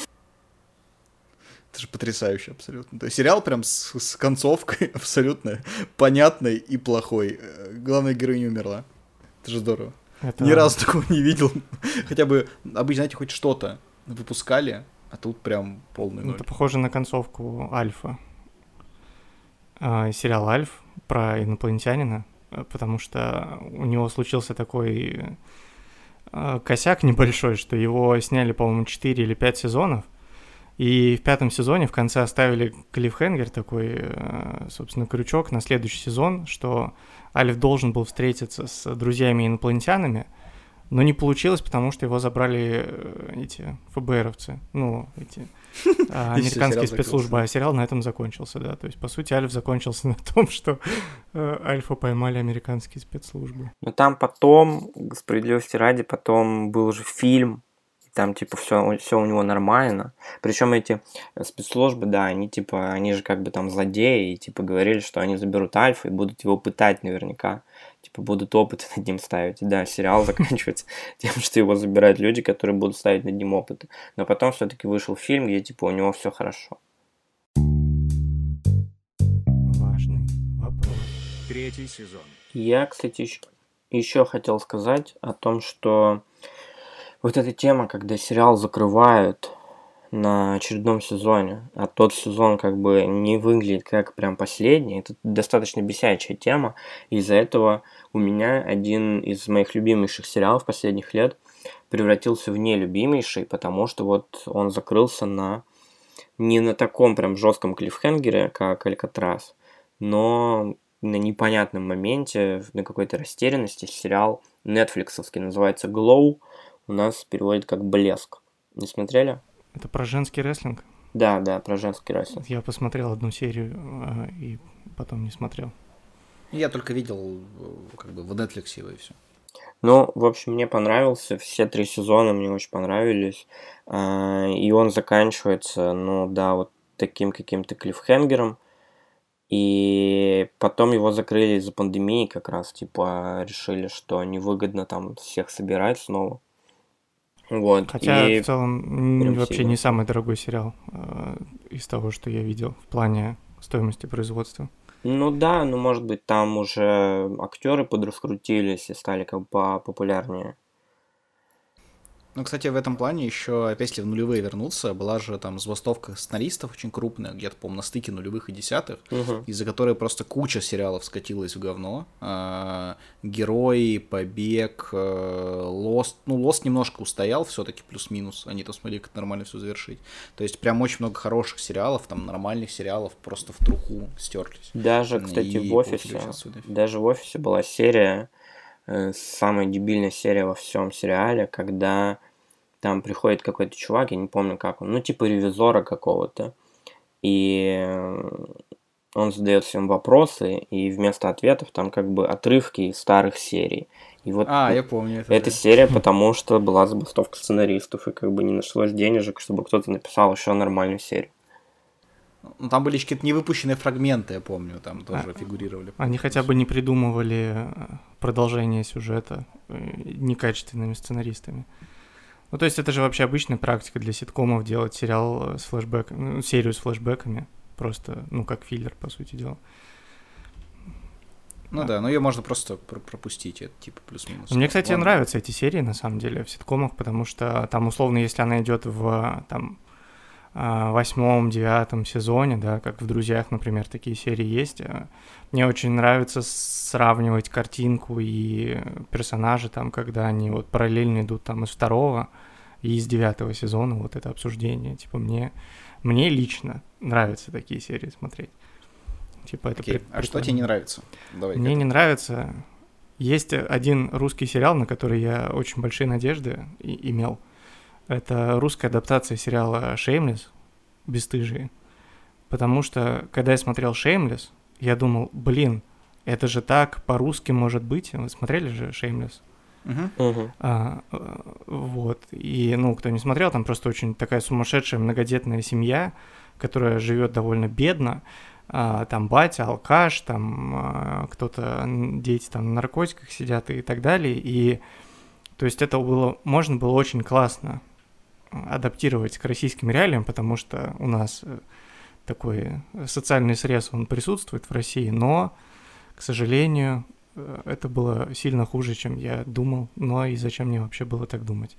Это же потрясающе абсолютно. То есть сериал прям с, с концовкой абсолютно понятной и плохой. Главная героиня умерла. Это же здорово. Это... Ни разу такого не видел. Хотя бы, обычно, знаете, хоть что-то выпускали, а тут прям полный ноль. Это похоже на концовку «Альфа». А, сериал «Альф» про инопланетянина, потому что у него случился такой а, косяк небольшой, что его сняли, по-моему, четыре или пять сезонов, и в пятом сезоне в конце оставили клиффхенгер, такой, собственно, крючок на следующий сезон, что Альф должен был встретиться с друзьями-инопланетянами, но не получилось, потому что его забрали эти ФБРовцы, ну, эти американские спецслужбы, а сериал на этом закончился, да, то есть, по сути, Альф закончился на том, что Альфа поймали американские спецслужбы. Но там потом, справедливости ради, потом был же фильм, там, типа, все, все у него нормально. Причем эти спецслужбы, да, они, типа, они же как бы там злодеи, и, типа, говорили, что они заберут Альфа и будут его пытать наверняка. Типа, будут опыты над ним ставить. И да, сериал заканчивается тем, что его забирают люди, которые будут ставить над ним опыты. Но потом все-таки вышел фильм, где, типа, у него все хорошо. Важный вопрос. Третий сезон. Я, кстати, еще, еще хотел сказать о том, что вот эта тема, когда сериал закрывают на очередном сезоне, а тот сезон как бы не выглядит как прям последний, это достаточно бесячая тема. Из-за этого у меня один из моих любимейших сериалов последних лет превратился в нелюбимейший, потому что вот он закрылся на не на таком прям жестком клиффхенгере, как «Алькатрас», но на непонятном моменте, на какой-то растерянности. Сериал нетфликсовский, называется «Glow», у нас переводит как «Блеск». Не смотрели? Это про женский рестлинг? Да, да, про женский рестлинг. Я посмотрел одну серию э, и потом не смотрел. Я только видел как бы в Netflix его и все. Ну, в общем, мне понравился. Все три сезона мне очень понравились. А, и он заканчивается, ну да, вот таким каким-то клиффхенгером. И потом его закрыли из-за пандемии как раз. Типа решили, что невыгодно там всех собирать снова. Вот. Хотя и в целом вообще сильно. Не самый дорогой сериал э, из того, что я видел в плане стоимости производства. Ну да, ну может быть там уже актеры подраскрутились и стали как бы популярнее. Ну, кстати, в этом плане еще, если в нулевые вернуться, была же там забастовка сценаристов очень крупная, где-то, по-моему, на стыке нулевых и десятых, угу. из-за которой просто куча сериалов скатилась в говно. А, Герои, Побег, Лост. Ну, Лост немножко устоял все-таки, плюс-минус. Они там смогли как-то нормально все завершить. То есть прям очень много хороших сериалов, там нормальных сериалов просто в труху стерлись. Даже, кстати, в офисе, даже в офисе была серия, самая дебильная серия во всем сериале, когда там приходит какой-то чувак, я не помню как он, ну типа ревизора какого-то, и он задает всем вопросы, и вместо ответов там как бы отрывки из старых серий. И вот а, я помню это. Эта да. серия, потому что была забастовка сценаристов, и как бы не нашлось денежек, чтобы кто-то написал еще нормальную серию. Ну, там были какие-то невыпущенные фрагменты, я помню, там тоже а, фигурировали. Они хотя бы не придумывали продолжение сюжета некачественными сценаристами. Ну, то есть это же вообще обычная практика для ситкомов делать сериал с флешбэками, ну, серию с флешбэками, просто, ну, как филлер, по сути дела. Ну да, да но ее можно просто пропустить, это типа плюс-минус. Мне, кстати, Ладно. нравятся эти серии, на самом деле, в ситкомах, потому что там, условно, если она идет в, там, восьмом, девятом сезоне, да, как в «Друзьях», например, такие серии есть. Мне очень нравится сравнивать картинку и персонажи там, когда они вот параллельно идут там из второго и из девятого сезона вот это обсуждение. Типа мне, мне лично нравятся такие серии смотреть. Типа это Окей. при- А что тебе не нравится? Давай Мне не нравится... Есть один русский сериал, на который я очень большие надежды и- имел. Это русская адаптация сериала «Шеймлесс», «Бесстыжие». Потому что, когда я смотрел «Шеймлесс», я думал, блин, это же так по-русски может быть. Вы смотрели же «Шеймлесс»? Мгм. Мгм. А, э, вот. И, ну, кто не смотрел, там просто очень такая сумасшедшая многодетная семья, которая живет довольно бедно. А, там батя, алкаш, там а, кто-то, н- дети там на наркотиках сидят и так далее. И, то есть это было, можно было очень классно адаптировать к российским реалиям, потому что у нас э, такой социальный срез, он присутствует в России, но, к сожалению, э, это было сильно хуже, чем я думал, но и зачем мне вообще было так думать.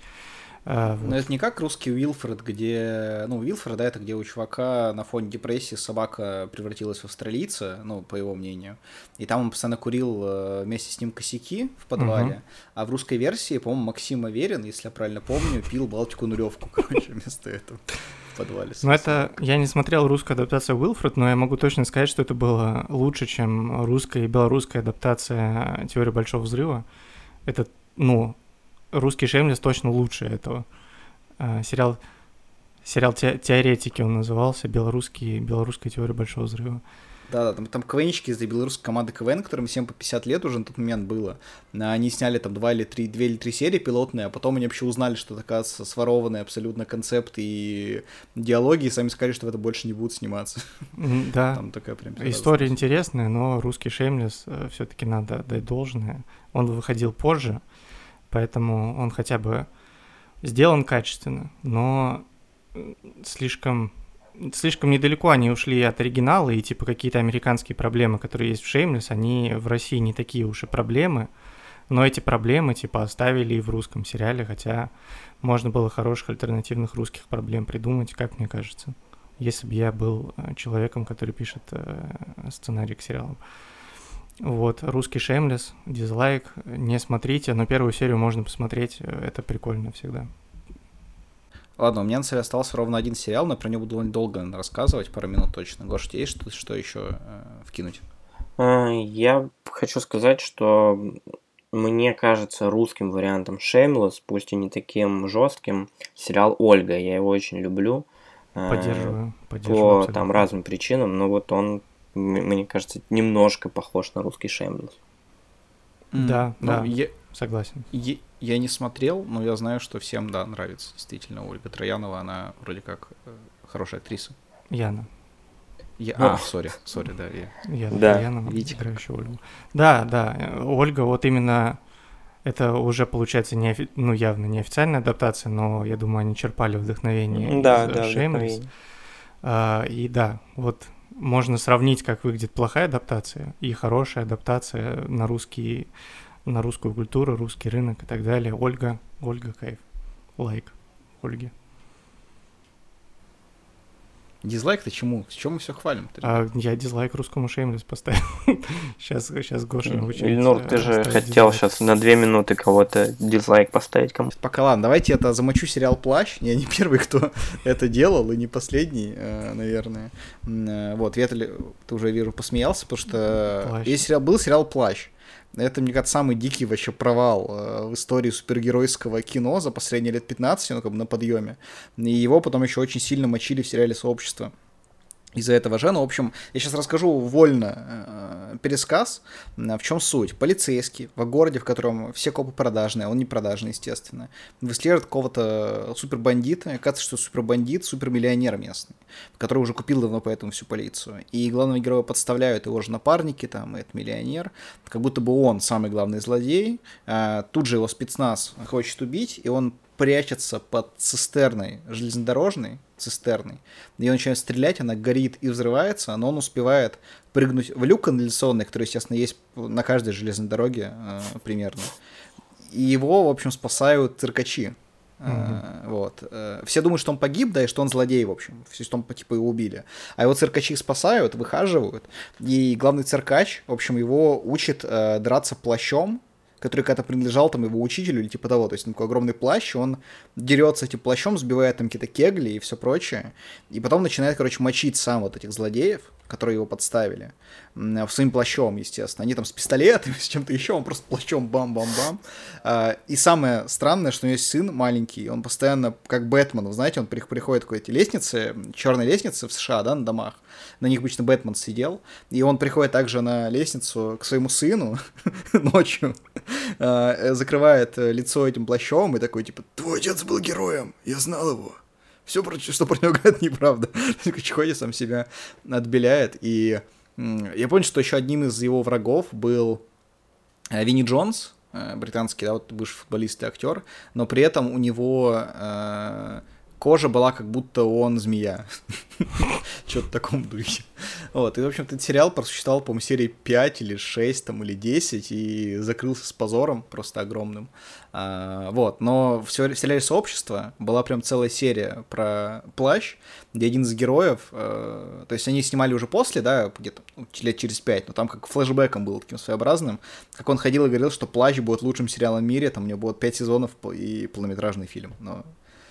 А, вот. Но это не как русский Уилфред, где... Ну, Уилфред, да, это где у чувака на фоне депрессии собака превратилась в австралийца, ну, по его мнению. И там он постоянно курил э, вместе с ним косяки в подвале. Мгм. А в русской версии, по-моему, Максим Аверин, если я правильно помню, пил Балтику нулевку, короче, вместо этого в подвале. Ну, это... Я не смотрел русскую адаптацию Уилфред, но я могу точно сказать, что это было лучше, чем русская и белорусская адаптация «Теории Большого Взрыва». Это, ну, русский «Шеймлесс» точно лучше этого. А, сериал сериал «Те- «Теоретики» он назывался, белорусский, белорусская «Теория Большого Взрыва». Да, там, там КВНщики из белорусской команды КВН, которым всем по пятьдесят лет уже на тот момент было. А, Они сняли там два или три, две или три серии пилотные, а потом они вообще узнали, что это, оказывается, сворованный абсолютно концепт и диалоги, и сами сказали, что в это больше не будут сниматься. М, Да, Там такая прям... история интересная, но русский «Шеймлесс» все-таки надо отдать должное. Он выходил позже, поэтому он хотя бы сделан качественно, но м, слишком, слишком недалеко они ушли от оригинала, и типа какие-то американские проблемы, которые есть в «Шеймлесс», они в России не такие уж и проблемы, но эти проблемы типа оставили и в русском сериале, хотя можно было хороших альтернативных русских проблем придумать, как мне кажется, если бы я был э, человеком, который пишет э, сценарий к сериалам. Вот, русский «Шеймлесс», дизлайк, не смотрите, но первую серию можно посмотреть, э, это прикольно всегда. Ладно, у меня на самом деле остался ровно один сериал, но про него буду довольно долго наверное, рассказывать, пару минут точно. Гош, у тебя есть что, что еще э, вкинуть? А, Я хочу сказать, что мне кажется русским вариантом Shameless, пусть и не таким жестким, сериал «Ольга». Я его очень люблю. а, Поддерживаю, поддерживаю По абсолютно. там разным причинам, но вот он, м- мне кажется, немножко похож на русский Shameless. Да, Ну, да, я, согласен. я, я не смотрел, но я знаю, что всем, да, нравится действительно Ольга Троянова, она вроде как э, хорошая актриса. Яна. Я... Ну. А, сори, сори, да, я... Яна, Да. Яна, Видите, как- играющая Ольгу. Да, да, э, Ольга, вот именно это уже получается не офи- ну, явно не официальная адаптация, но я думаю, они черпали вдохновение Да, из да, Shameless. вдохновение. А, и да, вот можно сравнить, как выглядит плохая адаптация и хорошая адаптация на русский, на русскую культуру, русский рынок и так далее. Ольга, Ольга, кайф. Лайк Ольге. Дизлайк-то чему? С чем мы все хвалим? А я дизлайк русскому Shameless поставил. Сейчас, сейчас Гоша научится. Ильнур, ты же ставить хотел дизлайк. сейчас на две минуты кого-то дизлайк поставить кому. Пока ладно, давайте это замочу сериал «Плащ». Я не первый, кто это делал, и не последний, э, наверное. М, э, Вот, Ветель, ты уже, вижу, посмеялся, потому что «Плащ». есть сериал, был сериал «Плащ». Это, мне кажется, самый дикий вообще провал э, в истории супергеройского кино за последние лет пятнадцать, ну, как бы на подъеме. И его потом еще очень сильно мочили в сериале «Сообщество». Из-за этого же, ну, в общем, я сейчас расскажу вольно э, пересказ, э, в чем суть. Полицейский в городе, в котором все копы продажные, он не продажный, естественно, выслеживает какого-то супербандита, и оказывается, что супербандит, супермиллионер местный, который уже купил давно поэтому всю полицию. И главного героя подставляют его же напарники, там, и этот миллионер, как будто бы он самый главный злодей. Э, тут же его спецназ хочет убить, и он прячется под цистерной железнодорожной, цистерной, и он начинает стрелять, она горит и взрывается, но он успевает прыгнуть в люк канализационный, который, естественно, есть на каждой железной дороге э, примерно. И его, в общем, спасают циркачи. Uh-huh. Вот. Все думают, что он погиб, да, и что он злодей, в общем. Все, что он, типа, его убили. А его циркачи спасают, выхаживают. И главный циркач, в общем, его учит э, драться плащом, который когда-то принадлежал там его учителю или типа того, то есть такой огромный плащ, он дерется этим плащом, сбивает там какие-то кегли и все прочее, и потом начинает, короче, мочить сам вот этих злодеев, которые его подставили, своим плащом, естественно. Они там с пистолетами, с чем-то еще, он просто плащом бам-бам-бам. И самое странное, что у него есть сын маленький, он постоянно, как Бэтмен, вы знаете, он приходит к эти лестницы, черные лестницы в США, да, на домах, на них обычно Бэтмен сидел, и он приходит также на лестницу к своему сыну ночью, закрывает лицо этим плащом и такой, типа, твой отец был героем, я знал его. Все, что про него говорят, неправда. Ходит, сам себя отбеляет. И я понял, что еще одним из его врагов был Винни Джонс, британский, да, вот бывший футболист и актер, но при этом у него э, кожа была как будто он змея. Что-то в таком духе. Вот, и, в общем-то, этот сериал просуществовал, по-моему, серии пять или шесть, там, или десять, и закрылся с позором просто огромным. А, вот, но в сериале «Сообщество» была прям целая серия про плащ, где один из героев, э, то есть они снимали уже после, да, где-то лет через пять, но там как флешбэком было таким своеобразным, как он ходил и говорил, что «Плащ» будет лучшим сериалом в мире, там у него будет пять сезонов и полнометражный фильм, но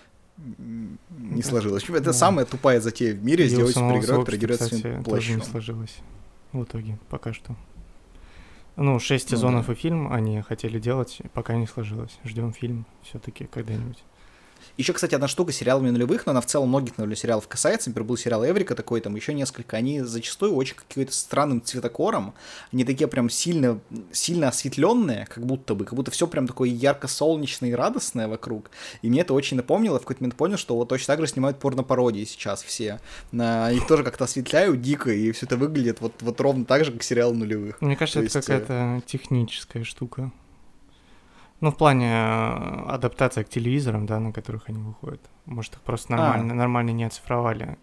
не сложилось. Это да. Самая тупая затея в мире, сделать супергероя, который дерется своим плащом. Не сложилось в итоге, пока что. Ну, шесть ну, сезонов да. и фильм они хотели делать, пока не сложилось. Ждем фильм все-таки когда-нибудь. Еще, кстати, одна штука с сериалами нулевых, но она в целом многих нулевых сериалов касается. Например, был сериал «Эврика» такой, там еще несколько. Они зачастую очень каким-то странным цветокором. Они такие прям сильно, сильно осветленные, как будто бы. Как будто все прям такое ярко-солнечное и радостное вокруг. И мне это очень напомнило. В какой-то момент понял, что вот точно так же снимают порно-пародии сейчас все. На... Их тоже как-то осветляют дико, и все это выглядит вот, вот ровно так же, как сериал нулевых. Мне кажется, То это есть... какая-то техническая штука. Ну, в плане адаптации к телевизорам, да, на которых они выходят. Может, их просто нормально, а. нормально не оцифровали.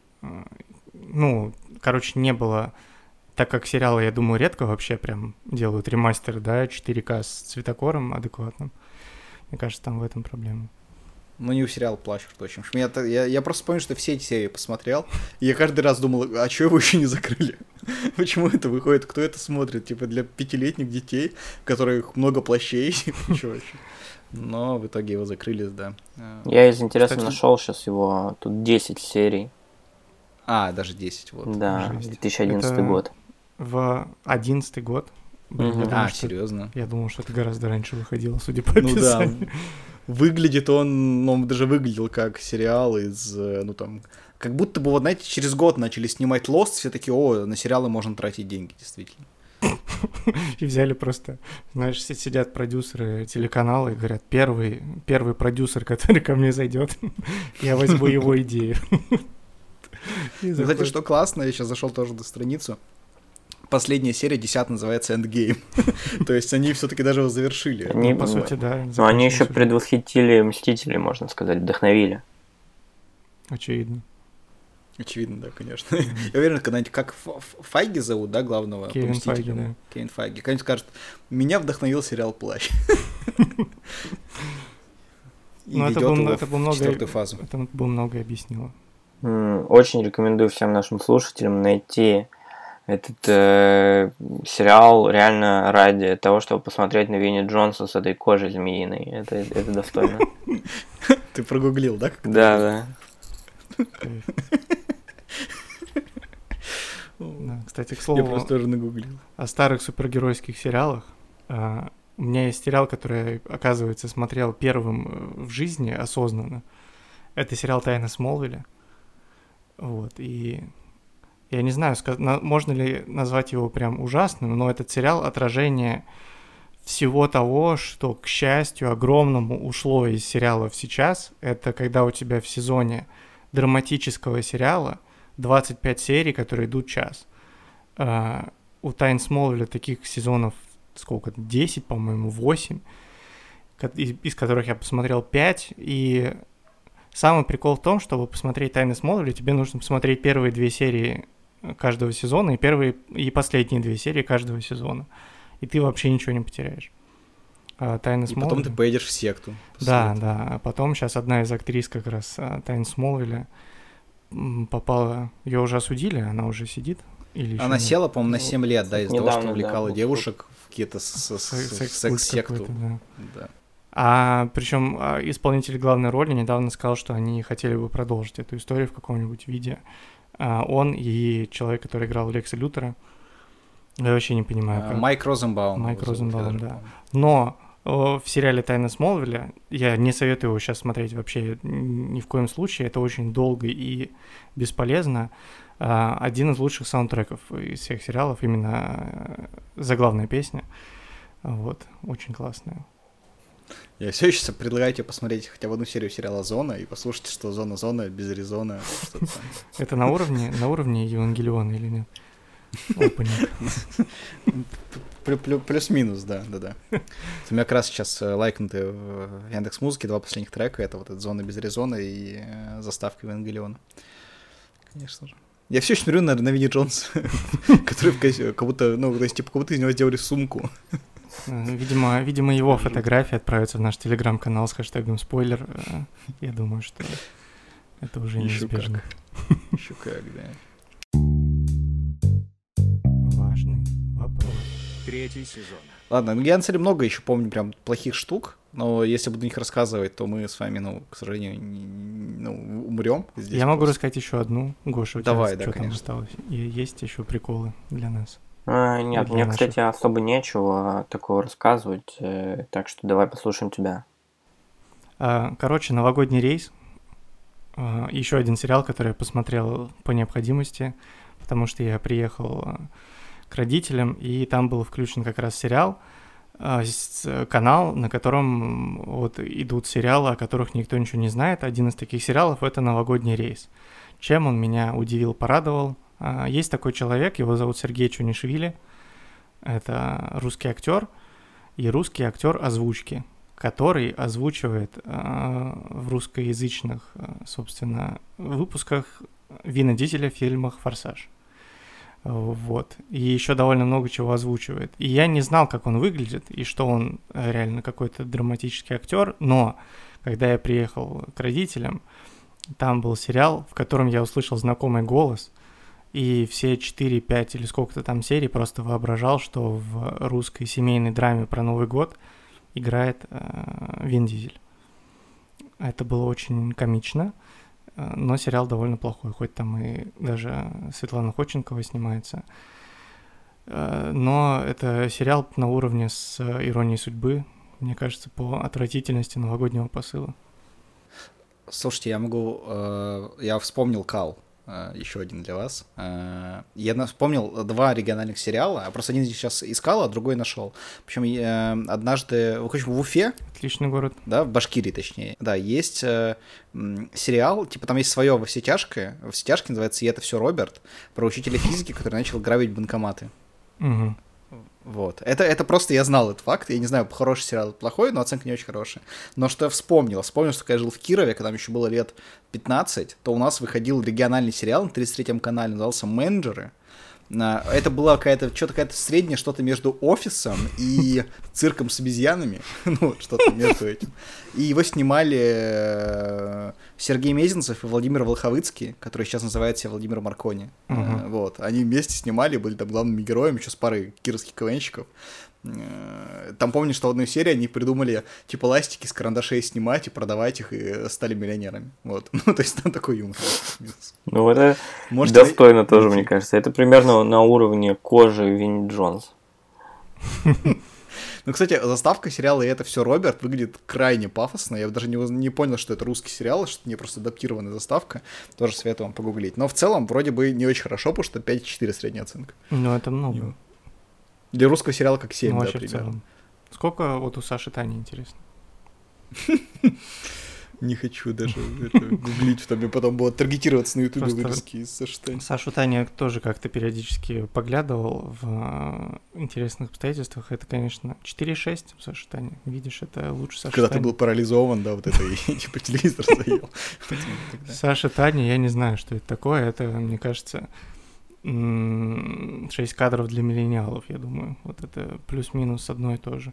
Ну, короче, не было... Так как сериалы, я думаю, редко вообще прям делают ремастер, да, четыре ка с цветокором адекватным. Мне кажется, там в этом проблема. Ну, не у сериала «Плащ», точно. Я, я, я просто помню, что все эти серии посмотрел, и я каждый раз думал, а чего его еще не закрыли? Почему это выходит? Кто это смотрит? Типа для пятилетних детей, у которых много плащей? Чего вообще? Но в итоге его закрыли, да. Я из интересного нашел сейчас его, тут десять серий. А, даже десять, вот. Да, две тысячи одиннадцатый год. В одиннадцатый год? Блин, я думал, а, что... серьезно? Я думал, что это гораздо раньше выходило, судя по описанию. Ну да. Выглядит он, ну, он даже выглядел как сериал из, ну, там, как будто бы, вот, знаете, через год начали снимать Lost, все такие, о, на сериалы можно тратить деньги, действительно. И взяли просто, знаешь, сидят продюсеры телеканала и говорят, первый, первый продюсер, который ко мне зайдет, я возьму его идею. Кстати, что классно, я сейчас зашел тоже на страницу. Последняя серия, десятая, называется «Эндгейм». То есть они все-таки даже его завершили. Они, по сути, да. Но они еще предвосхитили «Мстители», можно сказать, вдохновили. Очевидно. Очевидно, да, конечно. Я уверен, когда-нибудь, как Файги зовут, да, главного по «Мстителям»? Файги, да. Кевин Файги. Когда-нибудь скажет, меня вдохновил сериал «Плащ». И ведет его в четвертую фазу. Это бы много объяснило. Очень рекомендую всем нашим слушателям найти этот э, сериал реально ради того, чтобы посмотреть на Винни Джонса с этой кожей змеиной. Это, это достойно. Ты прогуглил, да? Да, да. Кстати, к слову, я просто тоже нагуглил. О старых супергеройских сериалах. У меня есть сериал, который, оказывается, смотрел первым в жизни осознанно. Это сериал «Тайны Смолвиля». Вот, и... Я не знаю, можно ли назвать его прям ужасным, но этот сериал — отражение всего того, что, к счастью, огромному ушло из сериалов сейчас. Это когда у тебя в сезоне драматического сериала двадцать пять серий, которые идут час. Uh, у «Тайн Смолвиля» таких сезонов сколько? десять, по-моему, восемь, из, из которых я посмотрел пять, и самый прикол в том, чтобы посмотреть «Тайны Смолвиля», тебе нужно посмотреть первые две серии каждого сезона и первые и последние две серии каждого сезона. И ты вообще ничего не потеряешь. А, Тайны Смолвиля... И потом ты поедешь в секту. Да, да. А потом сейчас одна из актрис как раз «Тайн Смолвиля» попала... Ее уже осудили, она уже сидит? Или она села, по-моему, на семь лет, да, из-за того, что увлекала девушек какие-то с- с- Секс- секс-культ секс-секту. какой-то, да. Да. А причем исполнитель главной роли недавно сказал, что они хотели бы продолжить эту историю в каком-нибудь виде. А, он и человек, который играл Лекса Лютера. Я вообще не понимаю, А, как. Майк Розенбаум. Майк его зовут, я Розенбаум, даже да. помню. Но о, в сериале «Тайна Смолвиля» я не советую его сейчас смотреть вообще ни в коем случае. Это очень долго и бесполезно. А, один из лучших саундтреков из всех сериалов, именно э, заглавная песня. Вот, очень классная. Я все еще предлагаю тебе посмотреть хотя бы одну серию сериала «Зона» и послушать, что «Зона, зона», без резона, что-то там. Это на уровне, на уровне Евангелиона или нет? Опенинг. Плю- плю- Плюс-минус, да, да, да. У меня как раз сейчас э, лайкнуты в Яндекс.Музыке два последних трека. Это вот эта «Зона без резона» и э, заставка Евангелиона. Конечно же. Я все еще смотрю на, на Винни Джонс, который в каз- как будто, ну, то есть, типа, как будто из него сделали сумку. Э, Видимо, видимо, его фотографии отправятся в наш телеграм-канал с хэштегом спойлер. Э, Я думаю, что это уже Ещё неизбежно. Еще как, да. Важный вопрос. Третий сезон. Ладно, ну я на самом деле много еще помню прям плохих штук, но если буду о них рассказывать, то мы с вами, ну, к сожалению, не- не- ну, умрем здесь. Я могу просто. рассказать еще одну. Гоша, у тебя Давай, да, что там конечно. осталось? И есть еще приколы для нас. А, нет, Для мне, наших. кстати, особо нечего такого рассказывать, э, так что давай послушаем тебя. А, Короче, новогодний рейс. А, Еще один сериал, который я посмотрел по необходимости, потому что я приехал а, к родителям, и там был включен как раз сериал, а, с- канал, на котором вот идут сериалы, о которых никто ничего не знает. Один из таких сериалов — это «Новогодний рейс». Чем он меня удивил, порадовал? А, Есть такой человек, его зовут Сергей Чунишвили. Это русский актер и русский актер озвучки, который озвучивает э, в русскоязычных, э, собственно, выпусках Вина Дизеля в фильмах «Форсаж». Вот. И еще довольно много чего озвучивает. И я не знал, как он выглядит, и что он э, реально какой-то драматический актер, но когда я приехал к родителям, там был сериал, в котором я услышал знакомый голос, и все четыре, пять или сколько-то там серий просто воображал, что в русской семейной драме про Новый год играет э, Вин Дизель. Это было очень комично, э, но сериал довольно плохой, хоть там и даже Светлана Ходченкова снимается. Э, но это сериал на уровне с «Иронией судьбы», мне кажется, по отвратительности новогоднего посыла. Слушайте, я могу... э, я вспомнил «Кал», э, еще один для вас. Э, я на- вспомнил два региональных сериала, а просто один из них сейчас искал, а другой нашел. Причем э, однажды, в общем, в Уфе, Отличный город. да, в Башкирии, точнее, да, есть э, м, сериал, типа там есть свое «Во все тяжкие», «Во все тяжкие» называется «И это все Роберт», про учителя физики, который начал грабить банкоматы. Мгм. Вот. Это, это просто я знал этот факт. Я не знаю, хороший сериал или плохой, но оценка не очень хорошая. Но что я вспомнил? Вспомнил, что когда я жил в Кирове, когда мне еще было лет пятнадцать, то у нас выходил региональный сериал на тридцать третьем канале, назывался «Менеджеры». А, Это была какая-то, что-то какая-то среднее, что-то между «Офисом» и «Цирком с обезьянами». Ну, что-то между этим. И его снимали э, Сергей Мезенцев и Владимир Волховыцкий, который сейчас называет себя Владимир Маркони. Мгм. Э, Вот. Они вместе снимали, были там главными героями, еще с парой кировских КВНщиков. Э, Там помню, что в одной серии они придумали типа ластики с карандашей снимать и продавать их, и стали миллионерами. Вот. Ну, то есть там такой юмор. Ну, это Может, достойно тоже, мне кажется. Это примерно на уровне кожи Винни Джонс. Ну, кстати, заставка сериала «И это все Роберт» выглядит крайне пафосно. Я даже не, уз- не понял, что это русский сериал, что не просто адаптированная заставка. Тоже советую вам погуглить. Но в целом вроде бы не очень хорошо, потому что пять и четыре средняя оценка. Ну, это много. Для русского сериала как семь, Ну, да, вообще в примерно. целом. Сколько вот у Саши Тани, интересно? Не хочу даже это гуглить, чтобы потом было таргетироваться на ютубе Просто- вырезки из Саштани. Сашу Таня тоже как-то периодически поглядывал в э, интересных обстоятельствах. Это, конечно, четыре шесть у Саши Таня. Видишь, это лучше Саши Когда ты Таня. был парализован, да, вот это, и типа телевизор заел. Поэтому тогда- Саша Таня, я не знаю, что это такое. Это, мне кажется, м, шесть кадров для миллениалов, я думаю. Вот это плюс-минус одно и то же.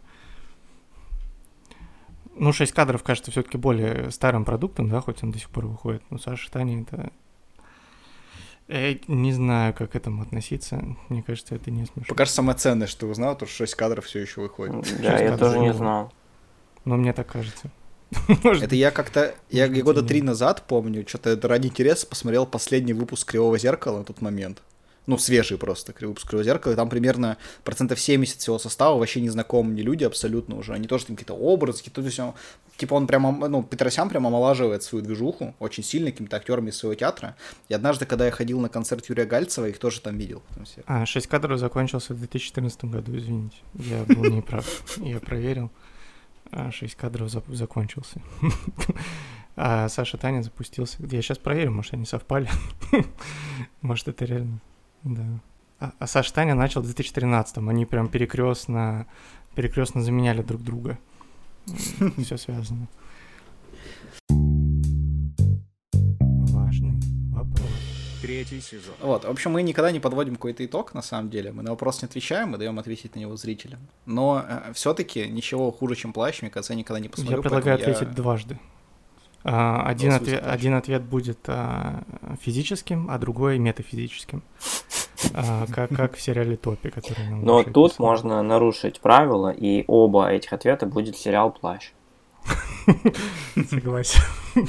Ну, шесть кадров кажется все-таки более старым продуктом, да, хоть он до сих пор выходит. Но Саша Таня — это Я не знаю, как к этому относиться. Мне кажется, это не смешно. Пока что самое ценное, что ты узнал, то что шесть кадров все еще выходит. Да, я тоже не знал. Но мне так кажется. Это я как-то, я года три назад, помню, что-то ради интереса посмотрел последний выпуск «Кривого зеркала» на тот момент. Ну, свежий просто выпуск «Кривого зеркала», и там примерно процентов семьдесят всего состава вообще незнакомые мне люди абсолютно уже. Они тоже там какие-то образы, какие-то, то есть, он, типа он прямо, ну, Петросян прямо омолаживает свою движуху очень сильно какими-то актерами из своего театра. И однажды, когда я ходил на концерт Юрия Гальцева, их тоже там видел. А, шесть кадров закончился в две тысячи четырнадцатом году, извините. Я был неправ. Я проверил. А шесть кадров за- закончился. А Саша Таня запустился. Я сейчас проверю, может, они совпали. Может, это реально. Да. А, а Саша Таня начал в две тысячи тринадцатом. Они прям перекрестно, перекрестно заменяли друг друга. Все связано. Важный вопрос. Третий сезон. Вот, в общем, мы никогда не подводим какой-то итог, на самом деле. Мы на вопрос не отвечаем, мы даем ответить на него зрителям. Но э, все-таки ничего хуже, чем плащ, мне кажется, я никогда не посмотрю. Я предлагаю я... ответить дважды. А, один, ответ, плащ. один ответ будет а, физическим, а другой метафизическим. А, как, как в сериале «Топи», который нам Но Гоша тут писал. можно нарушить правила, и оба этих ответа будет сериал «Плащ». Согласен.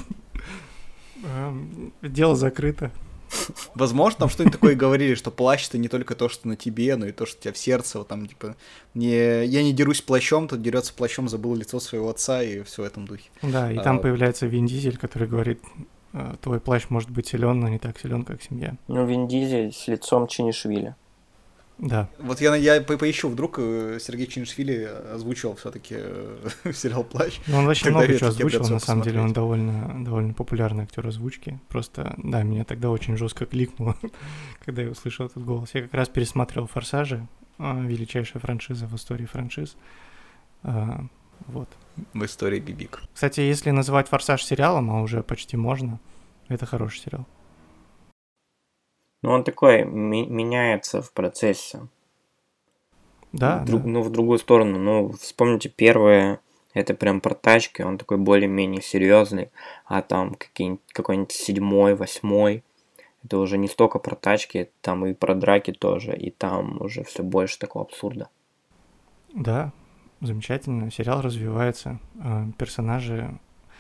Эм, Дело закрыто. Возможно, там что-нибудь такое говорили, что плащ — это не только то, что на тебе, но и то, что у тебя в сердце. Вот там, типа, не... я не дерусь плащом, тут дерется плащом, забыл лицо своего отца, и все в этом духе. Да, и А, там вот. появляется Вин Дизель, который говорит, «Э, твой плащ может быть силен, но не так силен, как семья». Ну, Вин Дизель с лицом Чинишвили. Да. Вот я, я по- поищу, вдруг э, Сергей Чинишвили озвучивал все-таки сериал «Плащ». Ну, он вообще Когда много я чего это тебе озвучил, придётся на самом деле, он посмотреть. довольно, довольно популярный актер озвучки. Просто, да, меня тогда очень жестко кликнуло, когда я услышал этот голос. Я как раз пересматривал «Форсажи», а, величайшая франшиза в истории франшиз. А, Вот. В истории Бибик. Кстати, если называть «Форсаж» сериалом, а уже почти можно, это хороший сериал. Ну, он такой, ми- меняется в процессе. Да, В друг- да. Ну, в другую сторону. Ну, вспомните, первое, это прям про тачки, он такой более-менее серьезный, а там какие-нибудь- какой-нибудь седьмой, восьмой, это уже не столько про тачки, там и про драки тоже, и там уже все больше такого абсурда. Да, замечательно. Сериал развивается, а, персонажи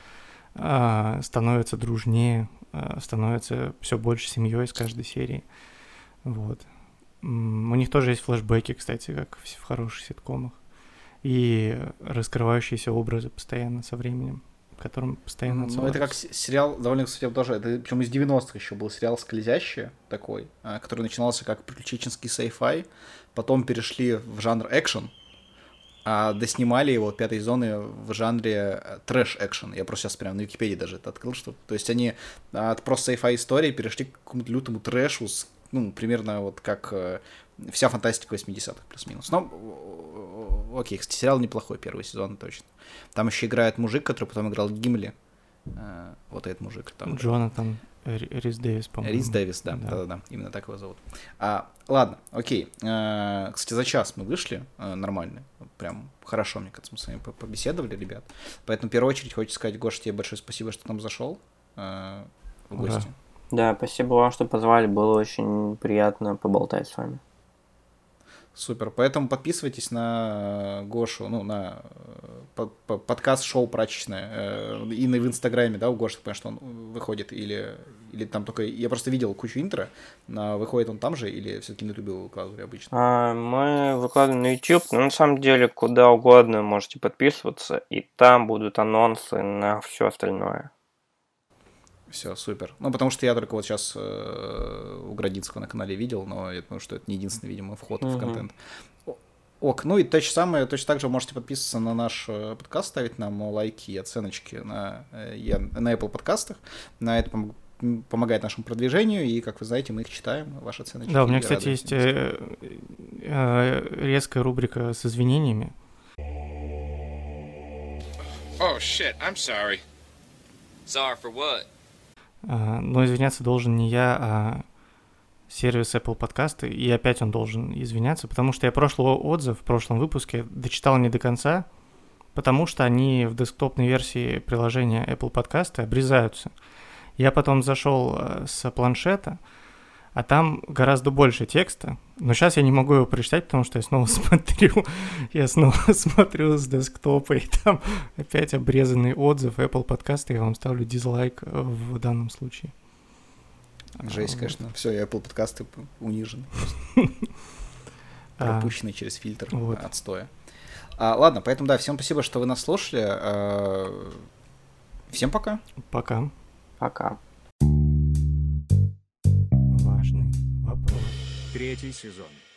а, становятся дружнее, а, становятся все больше семьей с каждой серии. Вот. М, У них тоже есть флешбеки, кстати, как в, с- в хороших ситкомах. И раскрывающиеся образы постоянно со временем, к которым постоянно Ну, это как отсылаются. с- сериал, довольно, кстати, тоже, это причем из девяностых еще был сериал «Скользящие» такой, а, который начинался как приключенческий sci-fi, потом перешли в жанр экшен, а доснимали его пятой сезоны в жанре э, трэш-экшен. Я просто сейчас прям на Википедии даже это открыл, что... То есть они от просто sci-fi истории перешли к какому-то лютому трэшу, с, ну, примерно вот как э, вся фантастика восьмидесятых плюс-минус. Но, э, окей, кстати, сериал неплохой, первый сезон точно. Там еще играет мужик, который потом играл Гимли. Э, вот этот мужик. Там играет. Джонатан Ри- Рис Дэвис, по-моему. Рис Дэвис, да, да, да, да, именно так его зовут. А, ладно, окей. Э, кстати, за час мы вышли э, нормально, прям хорошо, мне кажется, мы с вами по- побеседовали, ребят. Поэтому в первую очередь хочется сказать, Гоша, тебе большое спасибо, что там зашел э, в Ура. гости. Да, спасибо вам, что позвали, было очень приятно поболтать с вами. Супер. Поэтому подписывайтесь на Гошу, ну, на э, по- по- подкаст «Шоу прачечное». э, И на, в Инстаграме, да, у Гоши, ты понимаешь, что он выходит, или, или там только... Я просто видел кучу интро, но выходит он там же, или все-таки на Ютубе выкладывали обычно? А, мы выкладываем на YouTube, но на самом деле куда угодно можете подписываться, и там будут анонсы на все остальное. Все, супер. Ну, потому что я только вот сейчас э, у Градинского на канале видел, но я думаю, что это не единственный, видимо, вход в Мгм. контент. О- Ок, ну и то же самое, точно так же можете подписываться на наш э, подкаст, ставить нам лайки и оценочки на, э, я- на Apple подкастах. На это пом- м, помогает нашему продвижению, и, как вы знаете, мы их читаем, ваши оценочки. Да, у меня, и кстати, радуемся. есть э, э, резкая рубрика с извинениями. Oh shit, I'm sorry. Sorry for what? А, Но извиняться должен не я, а сервис Apple подкасты. И опять он должен извиняться, потому что я прошлый отзыв в прошлом выпуске дочитал не до конца, потому что они в десктопной версии приложения Apple подкасты обрезаются. Я потом зашел э, с планшета, А там гораздо больше текста, но сейчас я не могу его прочитать, потому что я снова смотрю, я снова смотрю с десктопа, и там опять обрезанный отзыв Apple подкасты, я вам ставлю дизлайк в данном случае. Жесть, Вот. конечно. Все, я Apple подкасты унижены. Пропущенный через фильтр вот. отстоя. А, ладно, поэтому да, всем спасибо, что вы нас слушали. А, всем пока. Пока. Пока. Важный вопрос. Третий сезон.